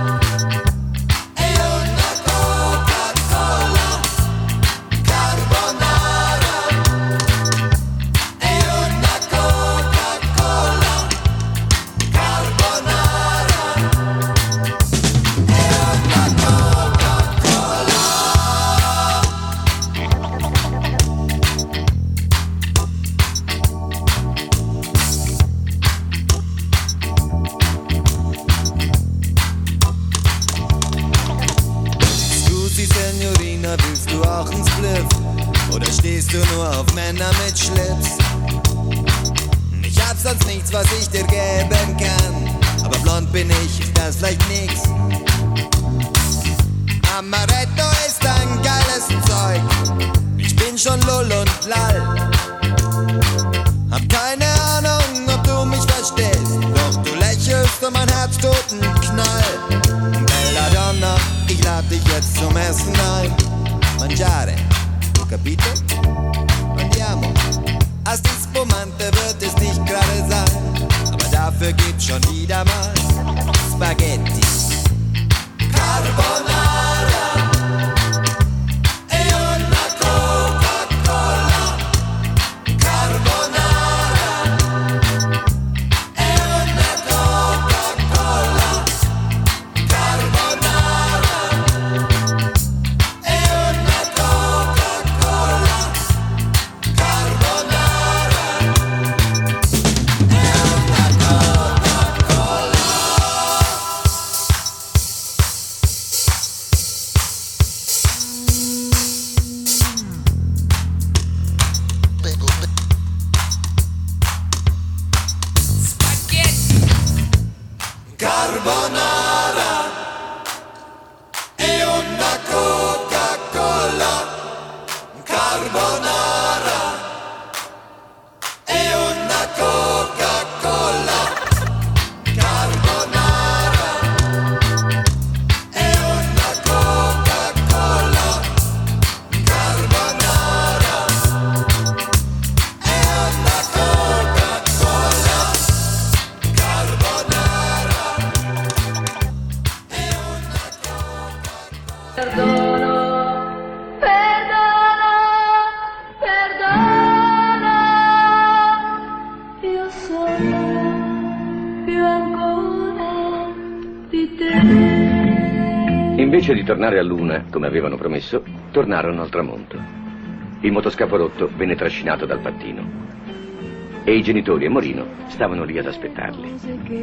e una Coca-Cola, carbonara e una Coca-Cola, carbonara e una Coca-Cola. Scusi Signorina, willst du auch ein Spliff? Oder stehst du nur auf Männer mit Schlips? Ich hab sonst nichts, was ich dir geben kann, aber blond bin ich, ist das vielleicht nix? Amaretto ist ein geiles Zeug, ich bin schon lull und lall. Hab keine Ahnung, ob du mich verstehst, doch du lächelst und mein Herz tut einen Knall. Belladonna, ich lad dich jetzt zum Essen ein. Mangiare, tu capito? Andiamo. A sti spumante wird es nicht gerade sein, aber dafür gibt's schon wieder mal Spaghetti. Carbonara e una Coca-Cola, carbonara e una Coca-Cola, carbonara e una Coca-Cola, carbonara e una Coca-Cola. Invece di tornare a Luna, come avevano promesso, tornarono al tramonto. Il motoscafo rotto venne trascinato dal pattino e i genitori e Morino stavano lì ad aspettarli.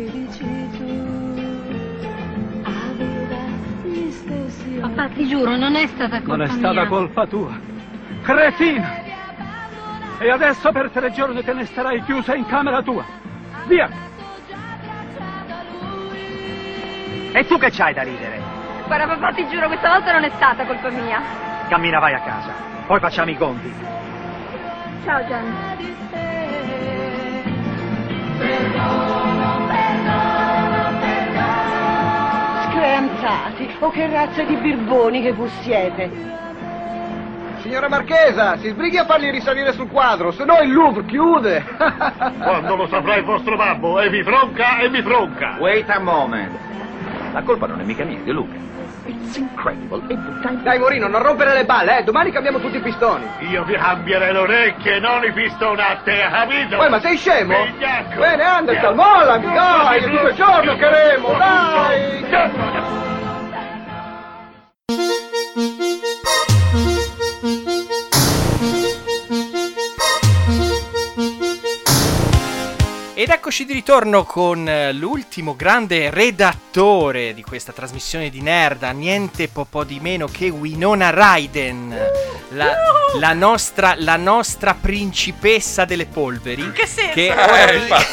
Papà, ti giuro, non è stata colpa Non è stata mia. colpa tua. Cretina! E adesso per tre giorni te ne starai chiusa in camera tua. Via! E tu che c'hai da ridere? Guarda papà, ti giuro, questa volta non è stata colpa mia. Cammina, vai a casa. Poi facciamo i conti. Ciao Gian. Screanzati, o che razza di birboni che voi siete. Signora Marchesa, si sbrighi a farli risalire sul quadro, se no il Louvre chiude. Quando lo saprà il vostro babbo, e mi fronca e mi fronca. Wait a moment. La colpa non è mica mia, di Luca. It's incredible. Dai Morino, non rompere le balle, eh, domani cambiamo tutti i pistoni. Io vi cambierei le orecchie, non i pistonate, capito? Poi, ma sei scemo? Vigliacco. Bene, Anderson, mollami, dai, è tutto il giorno che remo, dai. Ed eccoci di ritorno con l'ultimo grande redattore di questa trasmissione di Nerda, niente po' po' di meno che Winona Ryder, la, la, nostra, la nostra principessa delle polveri. In che senso? Che ora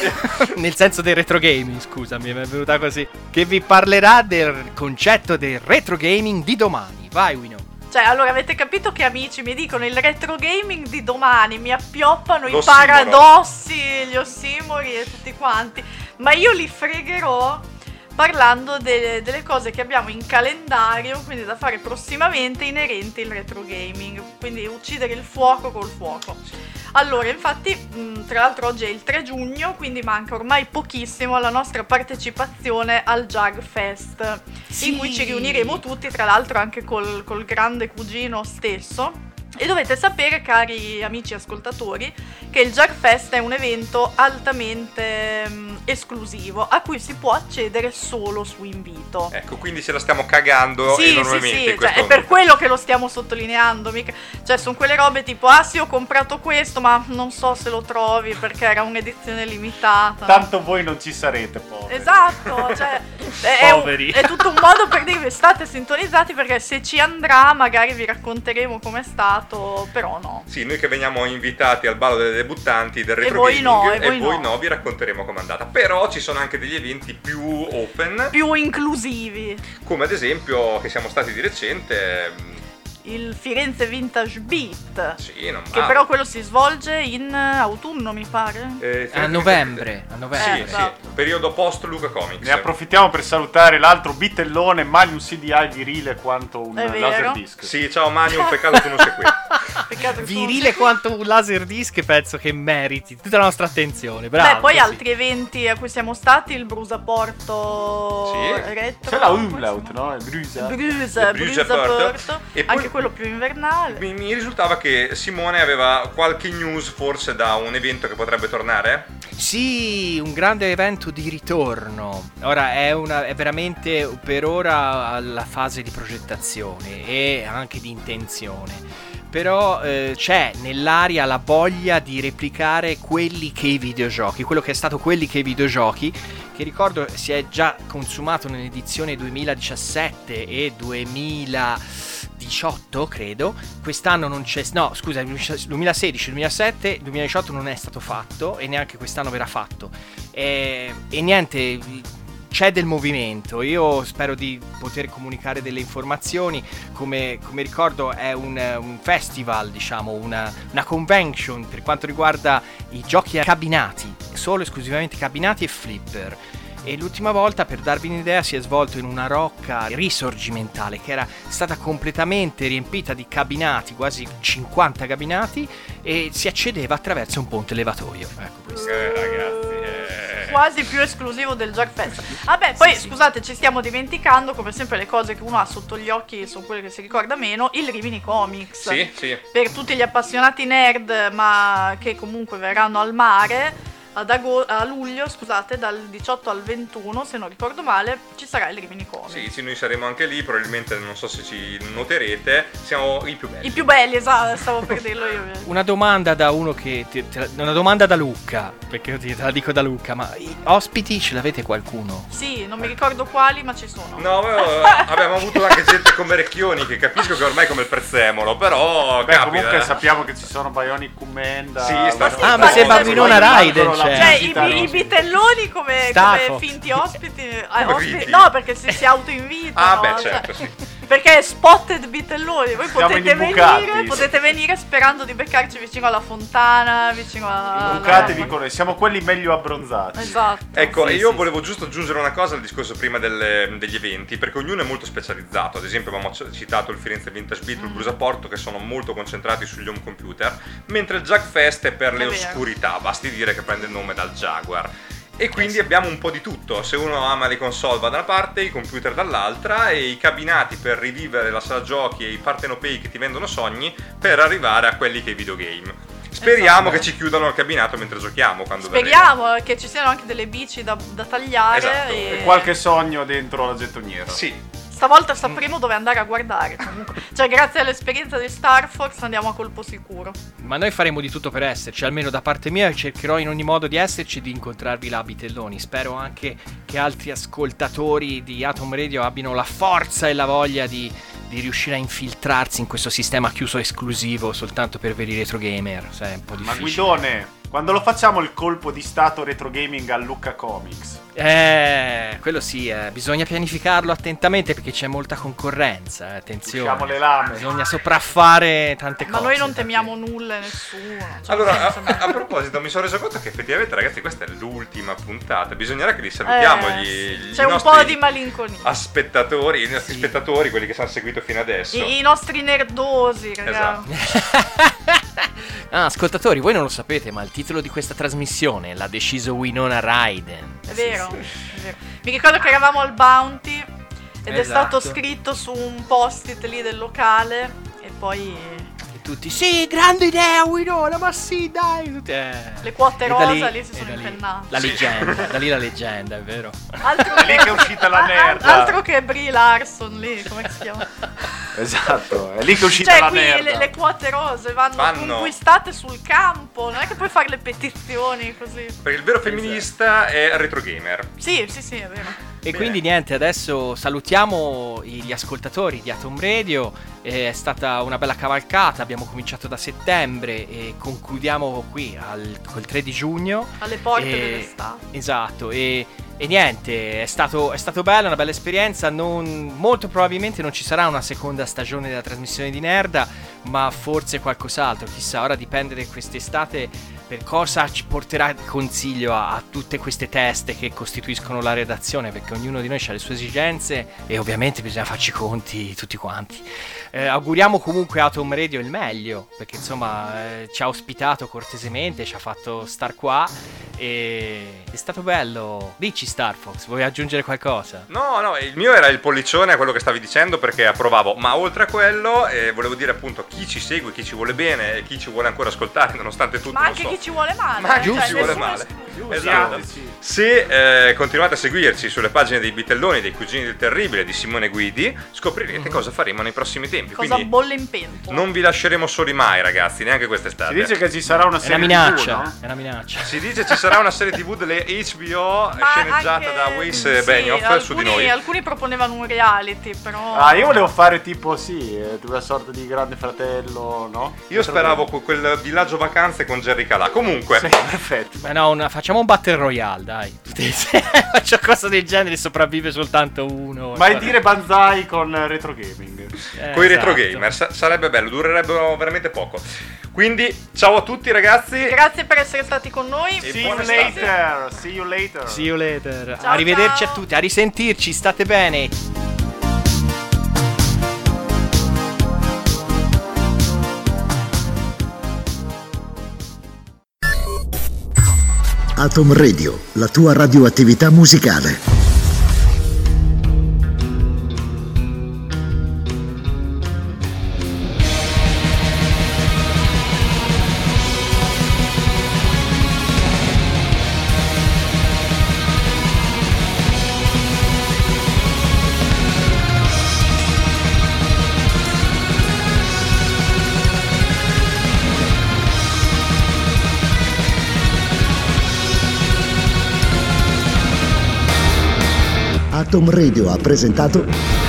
vi, nel senso del retro gaming, scusami, mi è venuta così. Che vi parlerà del concetto del retro gaming di domani. Vai Winona. Cioè, allora, avete capito che amici mi dicono il retro gaming di domani, mi appioppano i L'ossimoro. paradossi, gli ossimori e tutti quanti, ma io li fregherò parlando de- delle cose che abbiamo in calendario, quindi da fare prossimamente, inerenti al retro gaming, quindi uccidere il fuoco col fuoco. Allora, infatti, mh, tra l'altro oggi è il tre giugno, quindi manca ormai pochissimo alla nostra partecipazione al Jug Fest, Sì. in cui ci riuniremo tutti, tra l'altro anche col, col grande cugino stesso. E dovete sapere, cari amici ascoltatori, che il Jug Fest è un evento altamente mh, esclusivo, a cui si può accedere solo su invito. Ecco, quindi ce la stiamo cagando Sì, enormemente sì, sì, in cioè, questo è per quello che lo stiamo sottolineando, mica. Cioè sono quelle robe tipo, ah sì, ho comprato questo, ma non so se lo trovi perché era un'edizione limitata. Tanto voi non ci sarete, poveri. Esatto, cioè è, Poveri. È, è tutto un modo per dirvi state sintonizzati, perché se ci andrà magari vi racconteremo com'è stato, però no. Sì, noi che veniamo invitati al ballo dei debuttanti del retro voi gaming, no, e e voi voi no. no, vi racconteremo com'è andata. Però ci sono anche degli eventi più open, Più inclusivi. come ad esempio che siamo stati di recente. Il Firenze Vintage Beat. Sì, non Che male. però quello si svolge in autunno, mi pare. Eh, A novembre, a Sì, novembre. Eh, esatto. sì, periodo post Luca Comics. Ne approfittiamo per salutare l'altro bitellone Magnum C D I virile quanto un È vero. laserdisc. Sì, ciao Mani, un peccato tu non sei qui. Peccato che Virile quanto un laserdisc, penso che meriti tutta la nostra attenzione. Bravo. Beh, poi così. altri eventi a cui siamo stati, il Brusaporto Sì. Retro. C'è la Umlaut, no? Il Brusa. Brusa, Il Brusa Porto. Brusaporto, E poi- anche quello più invernale. Mi, mi risultava che Simone aveva qualche news forse da un evento che potrebbe tornare. Sì, un grande evento di ritorno. Ora è, una, è veramente per ora alla fase di progettazione e anche di intenzione. Però eh, c'è nell'aria la voglia di replicare quelli che i videogiochi, quello che è stato quelli che i videogiochi, che ricordo si è già consumato nell'edizione duemiladiciassette e duemiladiciotto, credo. Quest'anno non c'è, no scusa, duemilasedici, duemilasette, duemiladiciotto non è stato fatto e neanche quest'anno verrà fatto. E, e niente, c'è del movimento. Io spero di poter comunicare delle informazioni. Come, come ricordo è un, un festival, diciamo, una, una convention per quanto riguarda i giochi cabinati, solo esclusivamente cabinati e flipper. E l'ultima volta, per darvi un'idea, si è svolto in una rocca risorgimentale che era stata completamente riempita di cabinati, quasi cinquanta cabinati, e si accedeva attraverso un ponte levatoio. Ecco questo. Eh, ragazzi, eh. Quasi più esclusivo del Jug Fest. Vabbè, poi Sì, sì. scusate, ci stiamo dimenticando, come sempre le cose che uno ha sotto gli occhi sono quelle che si ricorda meno, il Rimini Comics. Sì, sì. Per tutti gli appassionati nerd, ma che comunque verranno al mare, ad ago- a luglio, scusate, dal diciotto al ventuno, se non ricordo male, ci sarà il Rimini Comics. Sì, sì, noi saremo anche lì, probabilmente non so se ci noterete, siamo i più belli. I più belli, esatto, stavo per dirlo io. Una domanda da uno che ti- te la- una domanda da Luca, perché io ti- te la dico da Luca, ma i ospiti ce l'avete qualcuno? Sì, non mi ricordo quali, ma ci sono. No, eh, abbiamo avuto anche gente come Recchioni, che capisco che ormai è come il prezzemolo, però Beh, capita. comunque eh. sappiamo che ci sono Bionic Commenda. Sì, sta- Ah, ma sembra Winona Ryder, cioè. Cioè, i, i- i bitelloni come, Star come Fox. finti ospiti, eh, Come ospiti- finti? no, perché si, si autoinvitano. Ah, beh, cioè, certo, sì. perché è spotted bitelloni, voi Siamo potete imbucati. venire, potete venire sperando di beccarci vicino alla fontana, vicino a... Bucatevi con noi, siamo quelli meglio abbronzati. Esatto. Ecco, Sì, io sì, volevo giusto aggiungere una cosa al discorso prima delle- degli eventi, perché ognuno è molto specializzato. Ad esempio abbiamo c- citato il Firenze Vintage Beat, il Brusaporto, che sono molto concentrati sugli home computer, mentre il Jugfest è per le È vero. oscurità, basti dire che prende il nome dal Jaguar. E quindi abbiamo un po' di tutto. Se uno ama le console va da una parte, i computer dall'altra, e i cabinati per rivivere la sala giochi e i partenopei che ti vendono sogni per arrivare a quelli che i videogame. Speriamo Esatto. che ci chiudano il cabinato mentre giochiamo, quando Speriamo che ci siano anche delle bici da, da tagliare. Esatto. E E qualche sogno dentro la gettoniera. Sì. stavolta sapremo dove andare a guardare. Comunque. Cioè, grazie all'esperienza di Star Fox andiamo a colpo sicuro. Ma noi faremo di tutto per esserci, almeno da parte mia cercherò in ogni modo di esserci e di incontrarvi là a Bitelloni. Spero anche che altri ascoltatori di Atom Radio abbiano la forza e la voglia di, di riuscire a infiltrarsi in questo sistema chiuso esclusivo soltanto per veri retro gamer. Cioè, è un po' Ma difficile. Guidone, quando lo facciamo il colpo di stato retro gaming a Lucca Comics? Eh, quello sì, eh. Bisogna pianificarlo attentamente perché c'è molta concorrenza, eh. Attenzione. Usciamo le lame. Bisogna sopraffare tante Ma cose. noi non temiamo nulla e nessuno. Cioè, Allora, senza- a, a proposito, mi sono reso conto che effettivamente, ragazzi, questa è l'ultima puntata. Bisognerà che li salutiamo Eh, gli, gli c'è un nostri po' di malinconia. aspettatori, i nostri spettatori, quelli che ci hanno seguito fino adesso. I, I nostri nerdosi, ragazzi. Esatto. Ah, ascoltatori, voi non lo sapete, ma il titolo di questa trasmissione l'ha deciso Winona Ryder. È vero, è vero. Mi ricordo che eravamo al Bounty ed è Esatto. stato scritto su un post-it lì del locale e poi Tutti, sì, grande idea Winona, ma sì, dai. Tutti, eh. le quote E da rosa lì, si e sono da lì impennate. La leggenda, da lì la leggenda, è vero. Altro È lì che è uscita la al- merda. Altro che Brie Larson lì, come si chiama? Esatto, è lì che è uscita Cioè la qui merda. le, le quote rose vanno, Vanno. conquistate sul campo, non è che puoi fare le petizioni così. Perché il vero femminista è retro gamer. Sì, sì, sì, è vero. E Bene. quindi niente, adesso salutiamo gli ascoltatori di Atom Radio. È stata una bella cavalcata, abbiamo cominciato da settembre e concludiamo qui al, col tre di giugno. Alle porte E- dell'estate. Esatto, e, e niente, è stato, è stato bello, una bella esperienza. Non, molto probabilmente non ci sarà una seconda stagione della trasmissione di Nerda, ma forse qualcos'altro, chissà, ora dipende da quest'estate per cosa ci porterà consiglio a, a tutte queste teste che costituiscono la redazione, perché ognuno di noi ha le sue esigenze e ovviamente bisogna farci i conti tutti quanti. Eh, auguriamo comunque a Atom Radio il meglio, perché insomma eh, ci ha ospitato cortesemente, ci ha fatto star qua e è stato bello. Dici Star Fox, vuoi aggiungere qualcosa? No, no, il mio era il pollicione a quello che stavi dicendo, perché approvavo. Ma oltre a quello, eh, volevo dire appunto chi ci segue, chi ci vuole bene e chi ci vuole ancora ascoltare, nonostante tutto. Ma lo anche so. chi ci vuole male. Ma anche cioè, chi ci vuole nessuno male. escluso. Esatto. Se eh, continuate a seguirci sulle pagine dei Bitelloni, dei Cugini del Terribile, di Simone Guidi, scoprirete cosa faremo nei prossimi tempi. Cosa Quindi bolle in pentola. non vi lasceremo soli mai, ragazzi, neanche quest'estate. Si dice che ci sarà una È una serie minaccia, tivù, no? è una minaccia. Si dice ci sarà una serie tivù delle H B O Ma sceneggiata anche- da Weiss sì, Benioff alcuni, su di noi. alcuni proponevano un reality, però. Ah, io volevo fare tipo, sì, eh, una sorta di grande fratello, no? Io speravo que- quel villaggio vacanze con Jerry Calà. Comunque, Sì, perfetto. Ma no, una- facciamo un battle royale, dai. Faccio cosa del genere, sopravvive soltanto uno. Ma è dire Banzai con retro gaming. Eh, con i retro esatto. gamer sa- sarebbe bello, durerebbero veramente poco. Quindi, ciao a tutti, ragazzi. Grazie per essere stati con noi. See you buona estate. later. See you later. See you later. Ciao, Arrivederci ciao. a tutti, a risentirci, state bene. Atom Radio, la tua radioattività musicale. Atom Radio ha presentato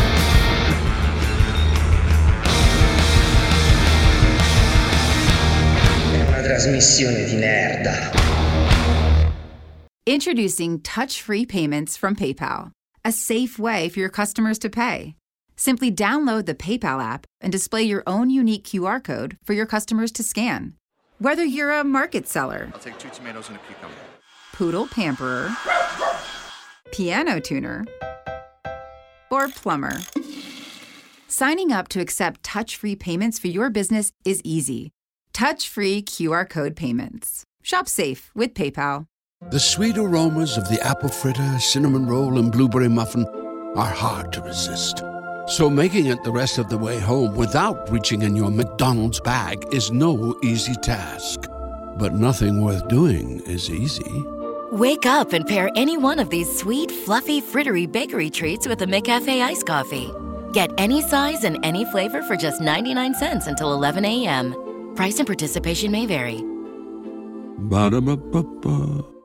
È una trasmissione di merda. Introducing touch-free payments from PayPal, a safe way for your customers to pay. Simply download the PayPal app and display your own unique Q R code for your customers to scan. Whether you're a market seller, I'll take two tomatoes and a cucumber. poodle pamperer, piano tuner, or plumber, signing up to accept touch-free payments for your business is easy. Touch-free Q R code payments. Shop safe with PayPal. The sweet aromas of the apple fritter, cinnamon roll, and blueberry muffin are hard to resist. So making it the rest of the way home without reaching in your McDonald's bag is no easy task. But nothing worth doing is easy. Wake up and pair any one of these sweet, fluffy, frittery bakery treats with a McCafe iced coffee. Get any size and any flavor for just ninety-nine cents until eleven a.m. Price and participation may vary. Ba-da-ba-ba-ba.